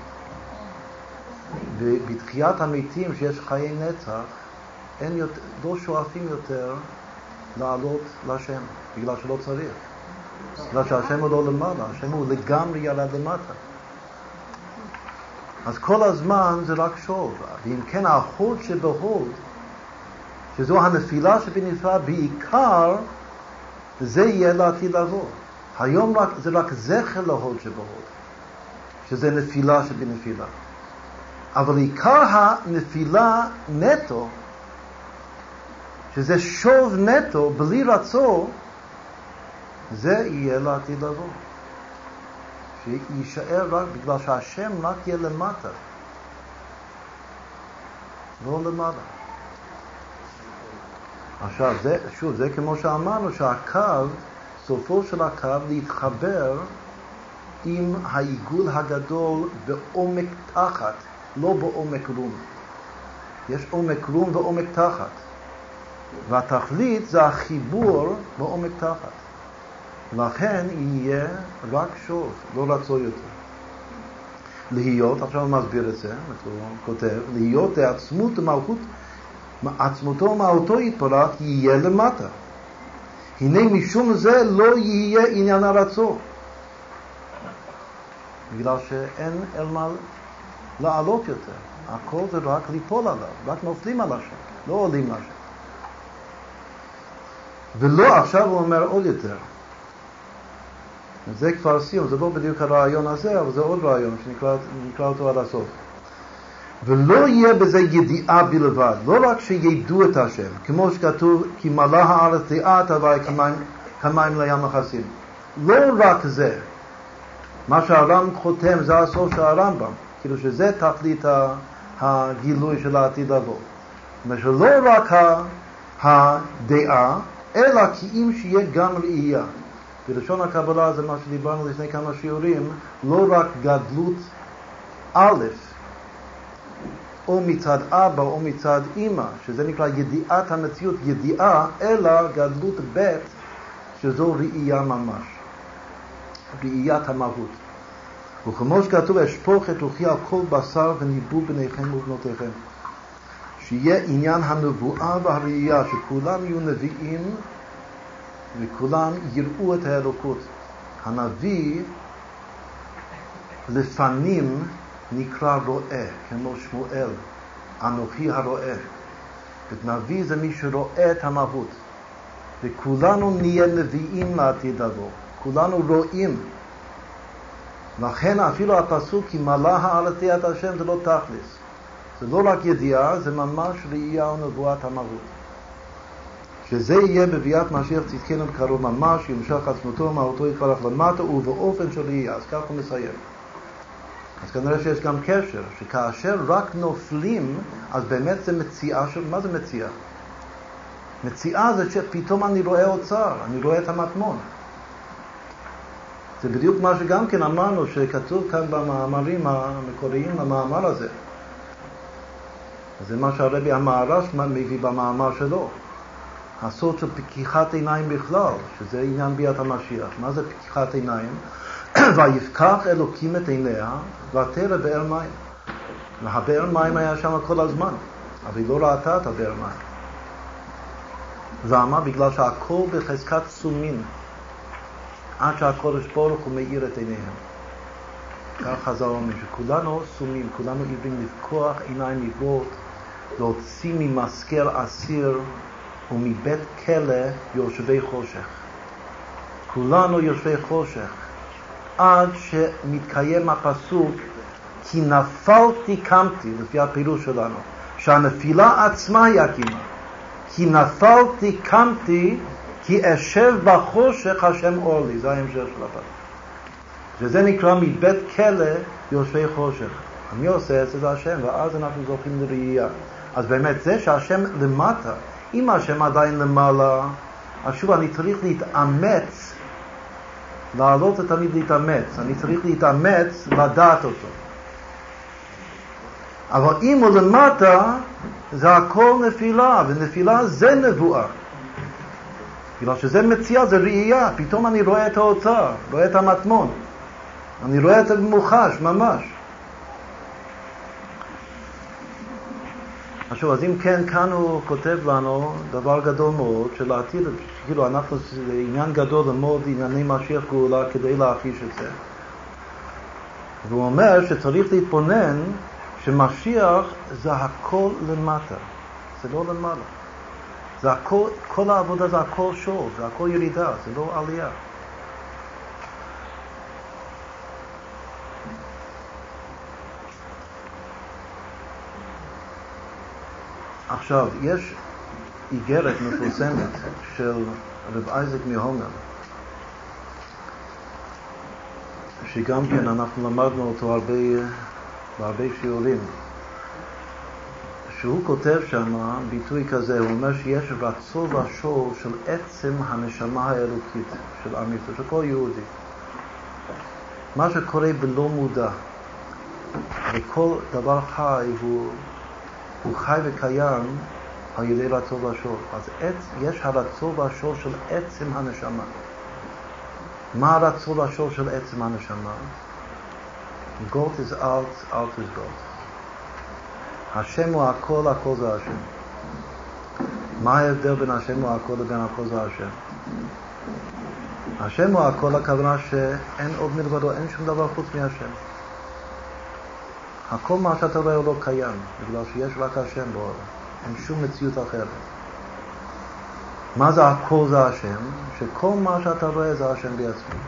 ובתחיית המתים שיש חיי נצח, אין יותר, לא שואפים יותר לעלות לשם, בגלל שלא צריך. בגלל שהשם הוא לא למעלה, השם הוא לגמרי ירד למטה. אז כל הזמן זה רק שוב. ואם כן, ההוד שבהוד, שזו הנפילה שבנפילה, בעיקר זה יהיה לעתיד לבוא. היום רק, זה רק זכר להוד שבהוד, שזה נפילה שבנפילה. אבל עיקר הנפילה נטו, שזה שוב נטו, בלי רצו, זה יהיה לעתיד לבוא. שישאר רק בגלל שהשם רק יהיה למטה, לא למעלה. עכשיו, זה, שוב, זה כמו שאמרנו, שהקו, סופו של הקו, להתחבר עם העיגול הגדול בעומק תחת, לא בעומק רום. יש עומק רום ועומק תחת. והתכלית זה החיבור בעומק תחת. לכן יהיה רק שוב, לא רצו יותר. להיות, עכשיו הוא מסביר את זה, הוא כותב, להיות העצמות ומלכות, עצמותו ומהותו יתברך יהיה למטה. הנה משום זה לא יהיה עניין הרצו. בגלל שאין אל מה לעלות יותר. הכל זה רק ליפול עליו, רק נופלים על השם, לא עולים לשם. ולא, עכשיו הוא אומר עוד יותר. זה כבר סיום, זה לא בדיוק הרעיון הזה, אבל זה עוד רעיון שנקרא אותו עד הסוף. ולא יהיה בזה ידיעה בלבד, לא רק שידעו את השם, כמו שכתוב, כי מלאה הארץ דעת הווי כמים לים מכסים. לא רק זה, מה שהרמב"ם חותם, זה הסוף של הרמב"ם, כאילו שזה תכלית הגילוי של העתיד לבוא. זאת אומרת שלא רק הדעה, אלא כי אם שיהיה גם ראייה. בלשון הקבלה זה מה שדיברנו לפני כמה שיעורים, לא רק גדלות א', או מצד אבא או מצד אמא, שזה נקרא ידיעת המציאות, ידיעה, אלא גדלות ב', שזו ראייה ממש, ראיית המהות. וכמו שכתוב, אשפוך את רוחי על כל בשר וניבאו בניכם ובנותיכם. שיהיה עניין הנבואה והראייה, שכולם יהיו נביאים וכולם יראו את האלוקות. הנביא לפנים נקרא רואה, כמו שמואל, אנוכי הרואה. נביא זה מי שרואה את המהות. וכולנו נהיה נביאים לעתיד לבוא. כולנו רואים. לכן אפילו הפסוק כי מלא הארץ את השם זה לא תכלס. זה לא רק ידיעה, זה ממש ראייה ונבואת המהות. שזה יהיה בביאת משיח צדקנו בקרוב ממש, ימשך עצמותו ומהותו יתברך למטה ובאופן של ראייה. אז כך הוא מסיים. אז כנראה שיש גם קשר, שכאשר רק נופלים, אז באמת זה מציאה של... מה זה מציאה? מציאה זה שפתאום אני רואה אוצר, אני רואה את המטמון. זה בדיוק מה שגם כן אמרנו, שכתוב כאן במאמרים המקוריים, המאמר הזה. זה מה שהרבי המערש מביא במאמר שלו. הסוד של פקיחת עיניים בכלל, שזה עניין ביאת המשיח. מה זה פקיחת עיניים? ויפקח אלוקים את עיניה, ותרא באר מים. והבאר מים היה שם כל הזמן, אבל היא לא ראתה את הבאר מים. למה? בגלל שהכל בחזקת סומין, עד שהקודש ברוך הוא מאיר את עיניהם. כך חז"ל אומרים שכולנו סומים, כולנו עיוורים, לפקוח עיניים עיוורות, להוציא ממסגר אסיר ומבית כלא יושבי חושך. כולנו יושבי חושך, עד שמתקיים הפסוק כי נפלתי קמתי, לפי הפירוש שלנו, שהנפילה עצמה היא הקימה. כי נפלתי קמתי כי אשב בחושך השם אור לי. זה ההמשך של הפסוק. שזה נקרא מבית כלא יושבי חושך. מי עושה את זה? זה השם, ואז אנחנו זוכים לראייה. אז באמת זה שהשם למטה, אם השם עדיין למעלה, אז שוב אני צריך להתאמץ, לעלות זה תמיד להתאמץ, אני צריך להתאמץ לדעת אותו. אבל אם הוא למטה, זה הכל נפילה, ונפילה זה נבואה. בגלל שזה מציאה, זה ראייה, פתאום אני רואה את האוצר, רואה את המטמון, אני רואה את המוחש, ממש. עכשיו, אז אם כן, כאן הוא כותב לנו דבר גדול מאוד, שלעתיד, כאילו אנחנו, זה עניין גדול ללמוד ענייני משיח גאולה כדי להחיש את זה. והוא אומר שצריך להתבונן שמשיח זה הכל למטה, זה לא למעלה. זה הכל, כל העבודה זה הכל שול, זה הכל ירידה, זה לא עלייה. עכשיו, יש איגרת מפורסמת של רב אייזק מהומל, שגם כן אנחנו למדנו אותו הרבה, בהרבה שיעורים, שהוא כותב שם ביטוי כזה, הוא אומר שיש רצון ושול של עצם הנשמה האלוקית של עם ישראל, של כל יהודי. מה שקורה בלא מודע, וכל דבר חי הוא הוא חי וקיים על ידי רצון ושול. אז עץ, יש הרצון ושול של עצם הנשמה. מה הרצון ושול של עצם הנשמה? God is out, out is God. השם הוא הכל, הכל זה השם. מה ההבדל בין השם הוא הכל לבין הכל זה השם? השם הוא הכל, הכוונה שאין עוד מלבדו, אין שום דבר חוץ מהשם. הכל מה שאתה רואה הוא לא קיים, בגלל שיש רק השם בעולם. אין שום מציאות אחרת. מה זה הכל זה השם? שכל מה שאתה רואה זה השם בעצמו.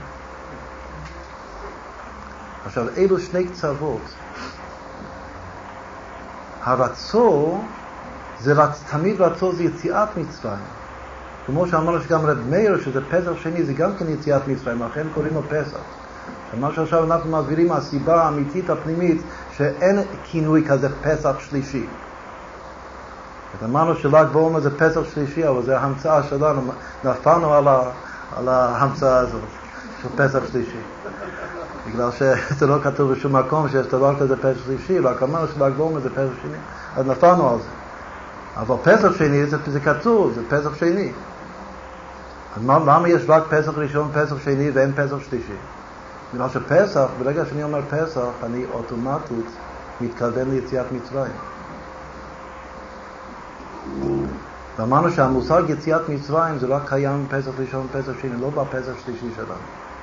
עכשיו, אלו שני קצוות. הרצון, זה רצ... תמיד רצון זה יציאת מצרים. כמו שאמרנו שגם רב מאיר, שזה פסח שני, זה גם כן יציאת מצרים, לכן קוראים לו פסח. מה שעכשיו אנחנו מסבירים, הסיבה האמיתית הפנימית, שאין כינוי כזה פסח שלישי. אמרנו של"ג בעומר זה פסח שלישי, אבל זה ההמצאה שלנו, נפלנו על, ה, על ההמצאה הזאת, של פסח שלישי. בגלל שזה לא כתוב בשום מקום שיש דבר כזה פסח שלישי, רק אמרנו של"ג בעומר זה פסח שני, אז נפלנו על זה. אבל פסח שני זה, זה כתוב, זה פסח שני. אז מה, למה יש רק פסח ראשון, פסח שני ואין פסח שלישי? בגלל שפסח, ברגע שאני אומר פסח, אני אוטומטית מתכוון ליציאת מצרים. ואמרנו שהמושג יציאת מצרים זה רק קיים פסח ראשון ופסח שני, לא בפסח שלישי שלנו.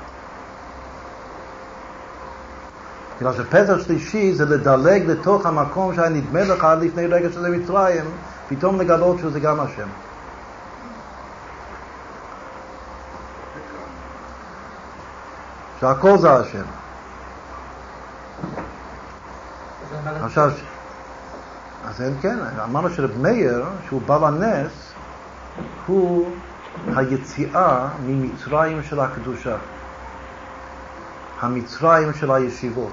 בגלל שפסח שלישי זה לדלג לתוך המקום שהיה נדמה לך עד לפני רגע שזה מצרים, פתאום לגלות שזה גם השם. שהכל זה השם. עכשיו, אז אין כן, אמרנו שרב מאיר, שהוא בעל הנס, הוא היציאה ממצרים של הקדושה. המצרים של הישיבות.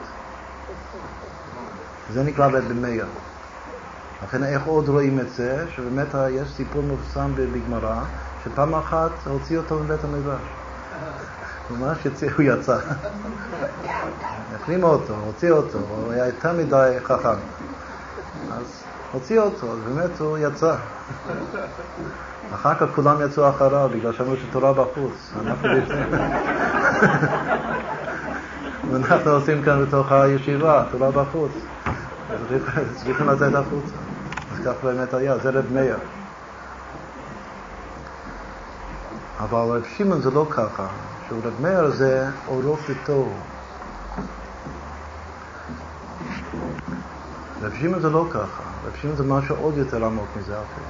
זה נקרא רב מאיר. לכן איך עוד רואים את זה? שבאמת יש סיפור מפורסם בגמרא, שפעם אחת הוציא אותו מבית המדרש. ממש יצא, הוא יצא. החרימו אותו, הוציא אותו, הוא היה יותר מדי חכם. אז הוציא אותו, אז באמת הוא יצא. אחר כך כולם יצאו אחריו, בגלל שאמרו שתורה בחוץ. אנחנו יוצאים. ואנחנו עושים כאן בתוך הישיבה, תורה בחוץ. אז צריכים לצאת החוצה. אז כך באמת היה, זה רב מאיר. אבל רב שמעון זה לא ככה. שרב מאיר זה אורות לטוב. רב שמעון זה לא ככה. רב שמעון זה משהו עוד יותר עמוק מזה אפילו.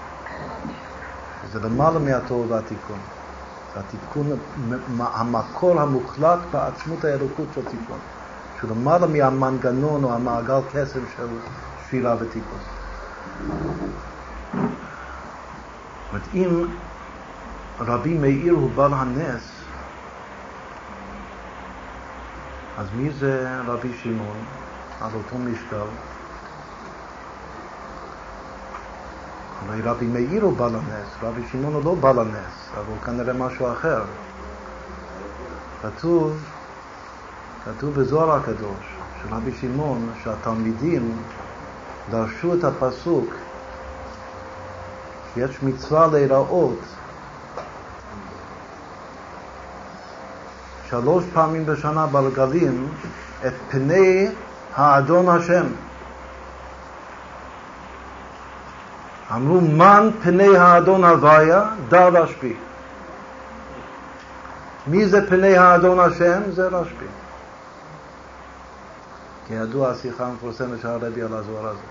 זה למעלה מהתורה והתיקון. זה התיקון, המקור המוחלט בעצמות האלוקות של תיקון. שהוא למעלה מהמנגנון או המעגל קסם של שבירה ותיקון. זאת אומרת, אם רבי מאיר הוא בעל הנס, אז מי זה רבי שמעון על אותו משקל? אבל רבי מאיר הוא בעל הנס, רבי שמעון הוא לא בעל הנס, אבל הוא כנראה משהו אחר. כתוב, כתוב בזוהר הקדוש של רבי שמעון שהתלמידים דרשו את הפסוק שיש מצווה להיראות שלוש פעמים בשנה ברגלים את פני האדון השם. אמרו מן פני האדון הוויה דר רשב"י. מי זה פני האדון השם? זה רשב"י. כידוע השיחה המפורסמת של הרבי על הזוהר הזה.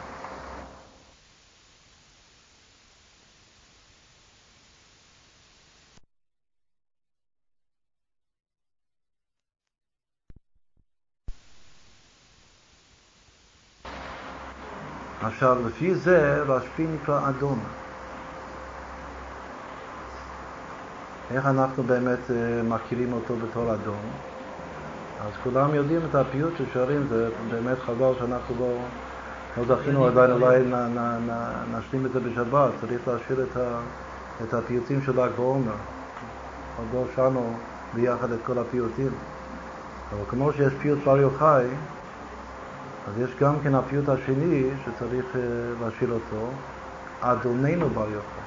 עכשיו, לפי זה, רשב"י נקרא אדון. איך אנחנו באמת uh, מכירים אותו בתור אדון? אז כולם יודעים את הפיוט ששרים, זה באמת חבל שאנחנו לא, לא זכינו עדיין, אולי נ, נ, נ, נשלים את זה בשבת, צריך להשאיר את, ה, את הפיוטים של ל"ג בעומר. עוד לא שרנו ביחד את כל הפיוטים. אבל כמו שיש פיוט בר יוחאי, אז יש גם כן הפיוט השני שצריך uh, להשאיר אותו, אדוננו בר יוחאי.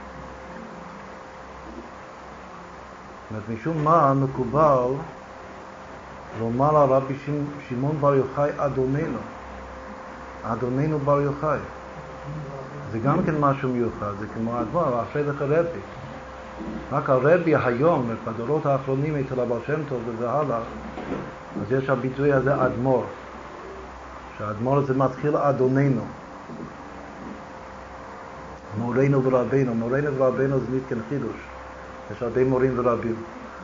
זאת אומרת, משום מה מקובל לומר על רבי שמעון בר יוחאי אדוננו. אדוננו בר יוחאי. זה גם כן משהו מיוחד, זה כמו הדבר, אחרי לך רבי. רק הרבי היום, בדורות האחרונים אצל הבעל שם טוב וזה הלאה, אז יש הביטוי הזה אדמו"ר. שהאדמו"ר הזה מתחיל אדוננו. מורנו ורבינו. מורנו ורבינו זה ניתקן חידוש. יש הרבה מורים ורבים.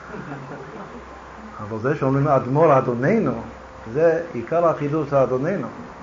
אבל זה שאומרים אדמו"ר אדוננו, זה עיקר החידוש האדוננו.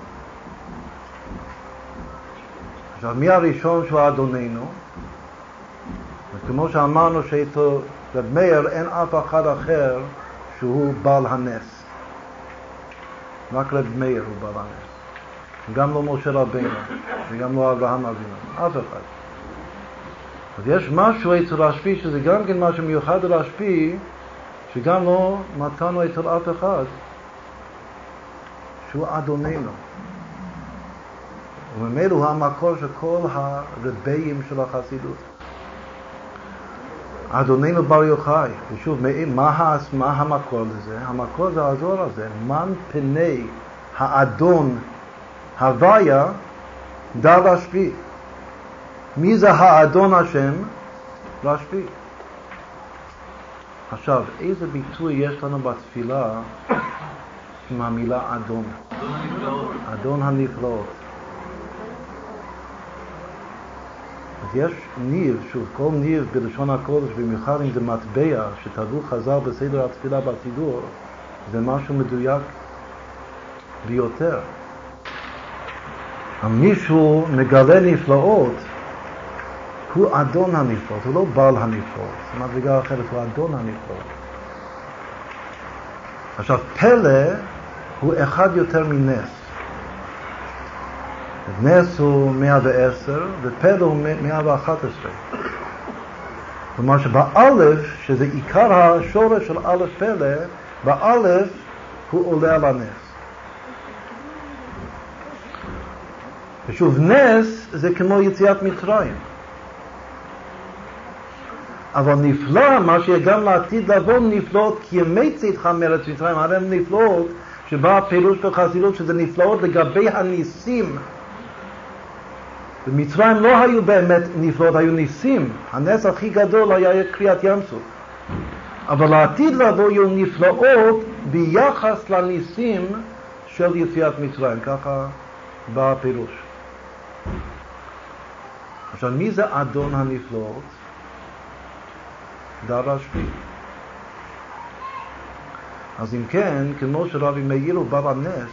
עכשיו, מי הראשון שהוא אדוננו? כמו שאמרנו שאיתו רב מאיר אין אף אחד אחר שהוא בעל הנס. רק רב מאיר הוא בעל הנס. גם לא משה רבינו, וגם לא אברהם אבינו. אף אחד. אז יש משהו אצל רשב"י שזה גם כן משהו מיוחד לרשב"י, שגם לא מצאנו אצל אף אחד, שהוא אדוננו. וממילא הוא המקור של כל הרביים של החסידות. אדוננו בר יוחאי. ושוב, מה, מה המקור לזה? המקור זה הזוהר הזה. מן פני האדון הוויה דר רשב"י. מי זה האדון השם? רשב"י. עכשיו, איזה ביטוי יש לנו בתפילה עם המילה אדון? אדון הנפלאות. אדון הנפלאות. אז יש ניב, שוב, כל ניב בלשון הקודש, במיוחד אם זה מטבע שתלו חז"ל בסדר התפילה בסידור, זה משהו מדויק ביותר. מישהו מגלה נפלאות, הוא אדון הנפלאות, הוא לא בעל הנפלאות. זאת מדרגה אחרת, הוא אדון הנפלאות. עכשיו, פלא הוא אחד יותר מנס. נס הוא מאה ועשר, ופלא הוא מאה ואחת עשרה. כלומר שבאלף, שזה עיקר השורש של אלף פלא, באלף הוא עולה על הנס. ושוב, נס זה כמו יציאת מצרים. אבל נפלא, מה שגם לעתיד לבוא נפלאות, כי ימי צאתך מארץ מצרים, הרי הם נפלאות, שבא הפירוש בחסידות שזה נפלאות לגבי הניסים. במצרים לא היו באמת נפלאות, היו ניסים. הנס הכי גדול היה קריאת ים סוף. אבל לעתיד לבוא יהיו נפלאות ביחס לניסים של יציאת מצרים. ככה בא הפירוש. עכשיו, מי זה אדון הנפלאות? זה הרשב"י. אז אם כן, כמו שרבי מאיר הוא בעל הנס,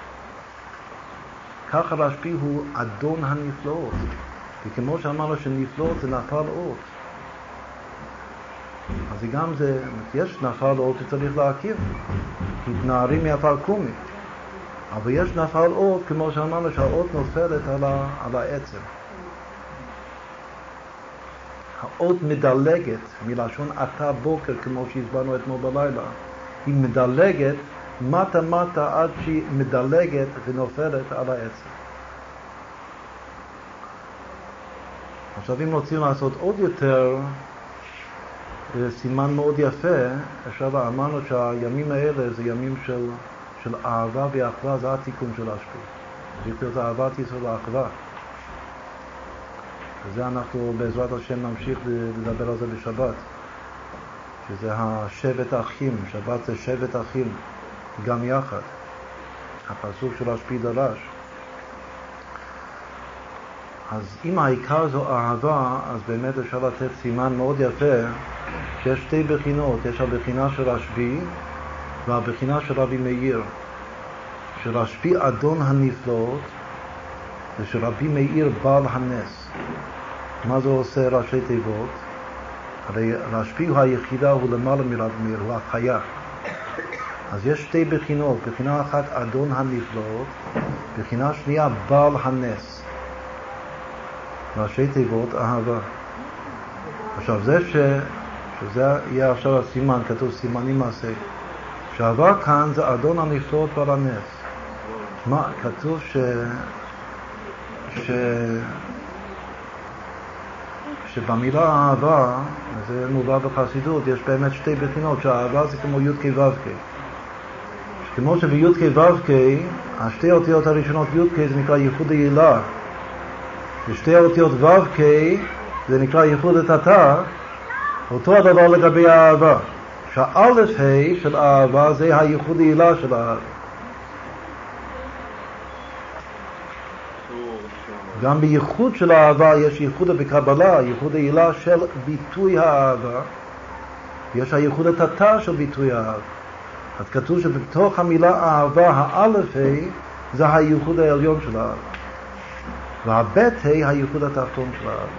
ככה הרשב"י הוא אדון הנפלאות. וכמו שאמרנו שנפלאות זה נפל אות. אז גם זה, יש נפל אות שצריך להכיר. כי נערים מעפר קומי. אבל יש נפל אות, כמו שאמרנו שהאות נופלת על, ה, על העצם. האות מדלגת, מלשון עתה בוקר, כמו שהסברנו אתמול בלילה. היא מדלגת מטה מטה עד שהיא מדלגת ונופלת על העצם. עכשיו אם רוצים לעשות עוד יותר, סימן מאוד יפה, עכשיו אמרנו שהימים האלה זה ימים של, של אהבה ואחווה, זה התיקון של השפי. זה יותר אהבת ישראל ואחווה. וזה אנחנו בעזרת השם נמשיך לדבר על זה בשבת. שזה השבט האחים, שבת זה שבט אחים, גם יחד. הפסוק של השפי דרש. אז אם העיקר זו אהבה, אז באמת אפשר לתת סימן מאוד יפה, שיש שתי בחינות, יש הבחינה של השפי והבחינה של רבי מאיר. של השפי אדון הנפלאות, ושל רבי מאיר בעל הנס. מה זה עושה ראשי תיבות? הרי רשב"י הוא היחידה, הוא למעלה מרב מאיר, הוא החיה. אז יש שתי בחינות, בחינה אחת אדון הנפלאות, בחינה שנייה בעל הנס. ראשי תיבות אהבה. עכשיו זה ש... שזה יהיה עכשיו הסימן, כתוב סימנים מעשה. שאהבה כאן זה אדון הנפלאות בעל הנס. מה? כתוב ש... ש... שבמילה אהבה, זה מובא בחסידות, יש באמת שתי בחינות, שהאהבה זה כמו י' כ' ו' כ'. כמו שבי' כ' ו' כ', השתי האותיות הראשונות י' כ' זה נקרא ייחוד הילה, ושתי האותיות ו' כ' זה נקרא ייחוד התתה, אותו הדבר לגבי האהבה. שהאלף ה' של האהבה זה הייחוד הילה של האהבה. גם בייחוד של האהבה יש ייחוד בקבלה, ייחוד העילה של ביטוי האהבה, יש הייחוד התתה של ביטוי האהבה. אז כתוב שבתוך המילה אהבה, האלף ה' זה הייחוד העליון של האהבה, והבית ה' הייחוד התחתון של האהבה.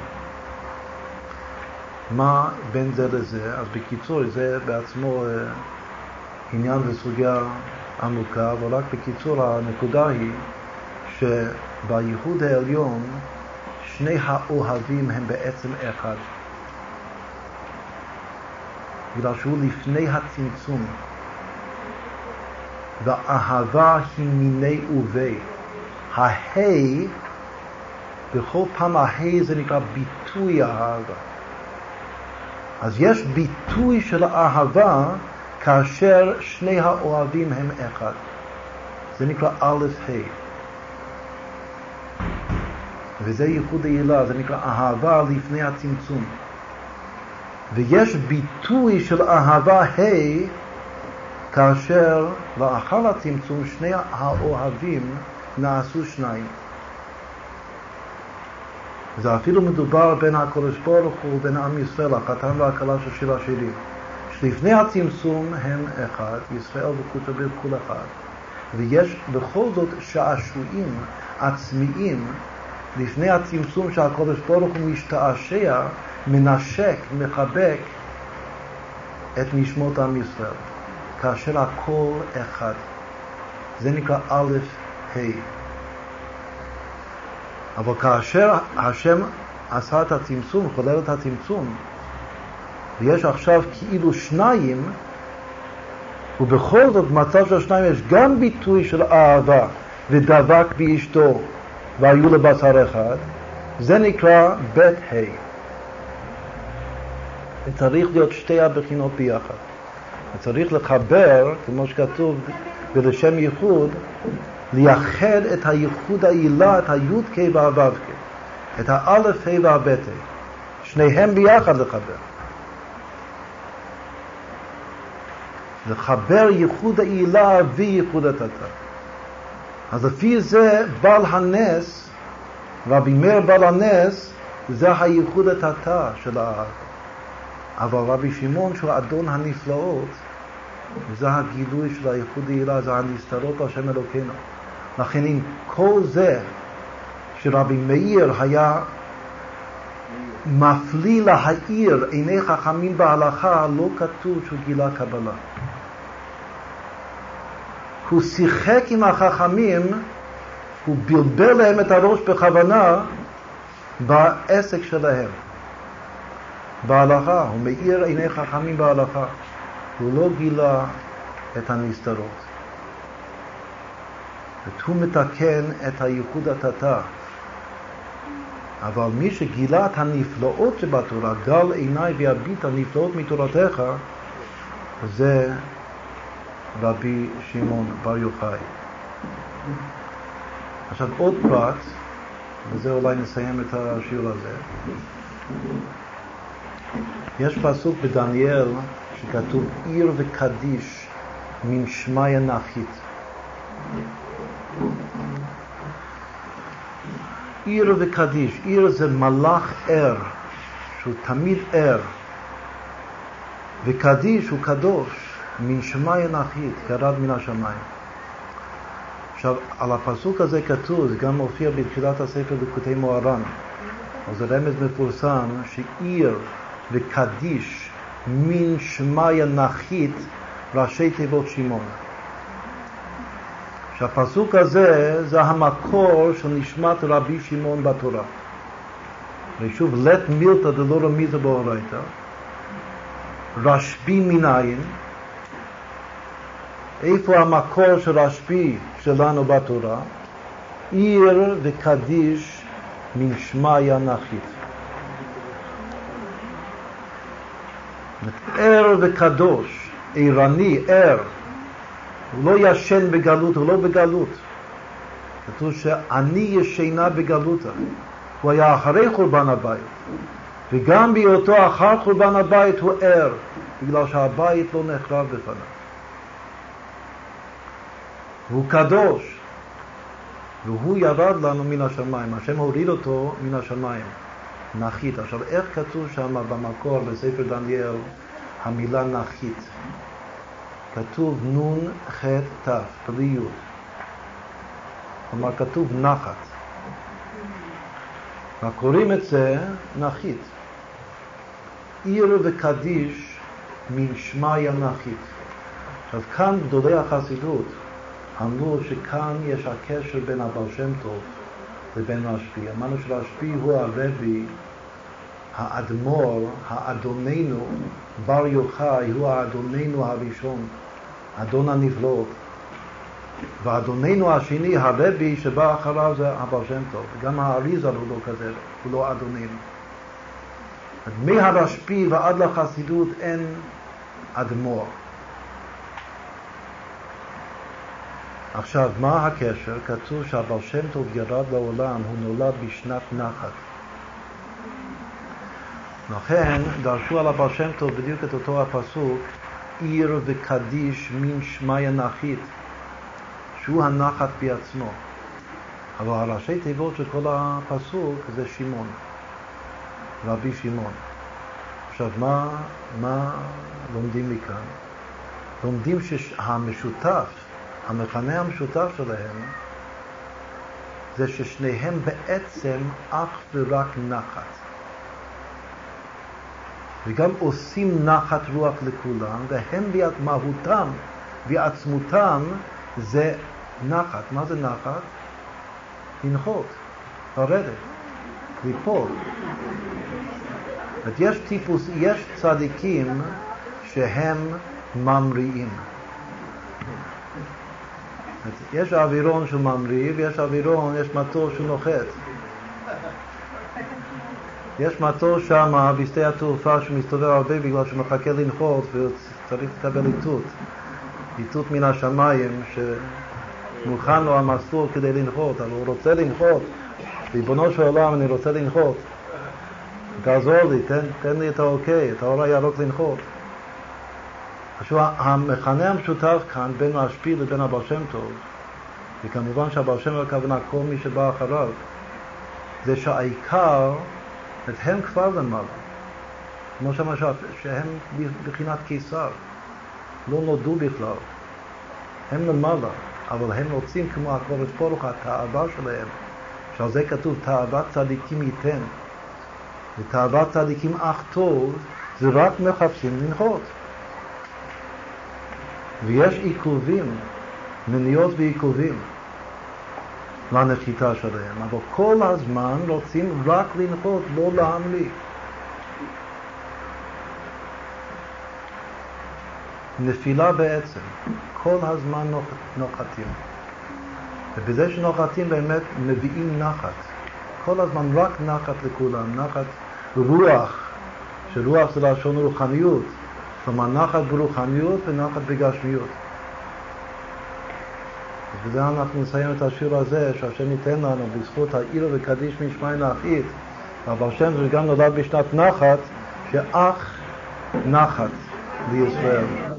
מה בין זה לזה? אז בקיצור, זה בעצמו אה, עניין וסוגיה עמוקה, אבל רק בקיצור הנקודה היא שבייחוד העליון שני האוהבים הם בעצם אחד. בגלל שהוא לפני הצמצום. והאהבה היא מיני ובי. ההי, בכל פעם ההי זה נקרא ביטוי האהבה. אז יש ביטוי של האהבה כאשר שני האוהבים הם אחד. זה נקרא א' ה'. וזה ייחוד העילה, זה נקרא אהבה לפני הצמצום. ויש ביטוי של אהבה ה' כאשר לאחר הצמצום שני האוהבים נעשו שניים. זה אפילו מדובר בין הקדוש ברוך הוא ובין עם ישראל, החתן והכלה של שיר השירים. שלפני הצמצום הם אחד, ישראל וקבוצה ברוך כל אחד. ויש בכל זאת שעשועים עצמיים לפני הצמצום שהקדוש ברוך הוא משתעשע, מנשק, מחבק את נשמות עם ישראל, כאשר הכל אחד. זה נקרא א' ה'. אבל כאשר השם עשה את הצמצום, חולל את הצמצום, ויש עכשיו כאילו שניים, ובכל זאת במצב של שניים יש גם ביטוי של אהבה ודבק באשתו והיו לבשר אחד, זה נקרא בית ה'. צריך להיות שתי הבחינות ביחד. צריך לחבר, כמו שכתוב בלשם ייחוד, לייחד את הייחוד העילה, את היוד קי והוו קי, את האלף ה' והבית ה', שניהם ביחד לחבר. לחבר ייחוד העילה וייחוד התתה. אז לפי זה בעל הנס, רבי מאיר בעל הנס, זה הייחוד התתה של האהבה. אבל רבי שמעון שהוא אדון הנפלאות, זה הגילוי של הייחוד העילה, זה הנסתרות השם אלוקינו. לכן עם כל זה שרבי מאיר היה מפליא להאיר עיני חכמים בהלכה, לא כתוב שהוא גילה קבלה. הוא שיחק עם החכמים, הוא בלבל להם את הראש בכוונה בעסק שלהם. בהלכה, הוא מאיר עיני חכמים בהלכה. הוא לא גילה את הנסתרות. הוא מתקן את הייחוד התתה. אבל מי שגילה את הנפלאות שבתורה, גל עיני ויביט הנפלאות מתורתך, זה רבי שמעון בר יוחאי. עכשיו עוד פרט, וזה אולי נסיים את השיעור הזה. יש פסוק בדניאל שכתוב עיר וקדיש מן שמיה נחית. עיר וקדיש, עיר זה מלאך ער, שהוא תמיד ער, וקדיש הוא קדוש, מן שמיה נחית, ירד מן השמיים. עכשיו, על הפסוק הזה כתוב, זה גם מופיע בתחילת הספר ליקוטי מוהר"ן, אז זה רמז מפורסם שעיר וקדיש מן שמיה נחית, ראשי תיבות שמעון. שהפסוק הזה זה המקור של נשמת רבי שמעון בתורה. ושוב, לת מילתא דלא רמיזא באורייתא, רשב"י מניין, איפה המקור של רשב"י שלנו בתורה? עיר וקדיש מן שמיה נחית. ער וקדוש, ערני, ער, הוא לא ישן בגלות, הוא לא בגלות. כתוב שאני ישנה בגלותה. הוא היה אחרי חורבן הבית. וגם בהיותו אחר חורבן הבית הוא ער, בגלל שהבית לא נחרב בפניו. הוא קדוש, והוא ירד לנו מן השמיים. השם הוריד אותו מן השמיים. נחית. עכשיו, איך כתוב שם במקור בספר דניאל המילה נחית? כתוב נון ח' ת' בלי י'. כלומר כתוב נחת. וקוראים את זה נחית. עיר וקדיש מן שמיה נחית. עכשיו כאן גדולי החסידות אמרו שכאן יש הקשר בין הבעל שם טוב לבין רשב"י. אמרנו שרשב"י הוא הרבי, האדמו"ר, האדוננו, בר יוחאי הוא האדוננו הראשון, אדון הנפלאות. ואדוננו השני, הרבי שבא אחריו, זה הבעל שם טוב. גם האריז"ל הוא לא כזה, הוא לא אדוננו. מהרשב"י ועד לחסידות אין אדמו"ר. עכשיו, מה הקשר? כתוב שהבעל שם טוב ירד לעולם, הוא נולד בשנת נחת. לכן דרשו על הבעל שם טוב בדיוק את אותו הפסוק, עיר וקדיש מן שמיה נחית, שהוא הנחת בעצמו. אבל הראשי תיבות של כל הפסוק זה שמעון, רבי שמעון. עכשיו, מה, מה לומדים מכאן? לומדים שהמשותף, המכנה המשותף שלהם זה ששניהם בעצם אך ורק נחת. וגם עושים נחת רוח לכולם, והם מהותם ועצמותם זה נחת. מה זה נחת? לנחות, לרדת, ליפול. יש טיפוס, יש צדיקים שהם ממריאים. יש אווירון שהוא ממריא, ויש אווירון, יש מטוס שהוא נוחת. יש מטוס שם בשדה התעופה שמסתובב הרבה בגלל שהוא מחכה לנחות וצריך לקבל איתות. איתות מן השמיים שמוכן לו המסלול כדי לנחות, אבל הוא רוצה לנחות. ריבונו של עולם, אני רוצה לנחות. תעזור לי, תן, תן לי את האוקיי, את האור הירוק לנחות. עכשיו, המכנה המשותף כאן בין השפיל לבין הבעל שם טוב, וכמובן שהבעל שם הכוונה כל מי שבא אחריו, זה שהעיקר, הם כבר למעלה. כמו שמשל, שהם בחינת קיסר, לא נודעו בכלל. הם למעלה, אבל הם רוצים כמו הקודש ברוך הוא, התאווה שלהם, שעל זה כתוב, תאוות צדיקים ייתן. ותאוות צדיקים אך טוב, זה רק מחפשים לנחות. ויש עיכובים, מניעות ועיכובים לנחיתה שלהם, אבל כל הזמן רוצים רק לנחות, לא להמריא. נפילה בעצם, כל הזמן נוחתים. ובזה שנוחתים באמת מביאים נחת. כל הזמן רק נחת לכולם, נחת רוח, שרוח זה לשון רוחניות. כלומר, נחת ברוחניות ונחת בגשמיות. ובזה אנחנו נסיים את השיר הזה, שהשם ייתן לנו בזכות העיר וקדיש משמיים לאחית. אבל השם זה גם נולד בשנת נחת, שאך נחת לישראל.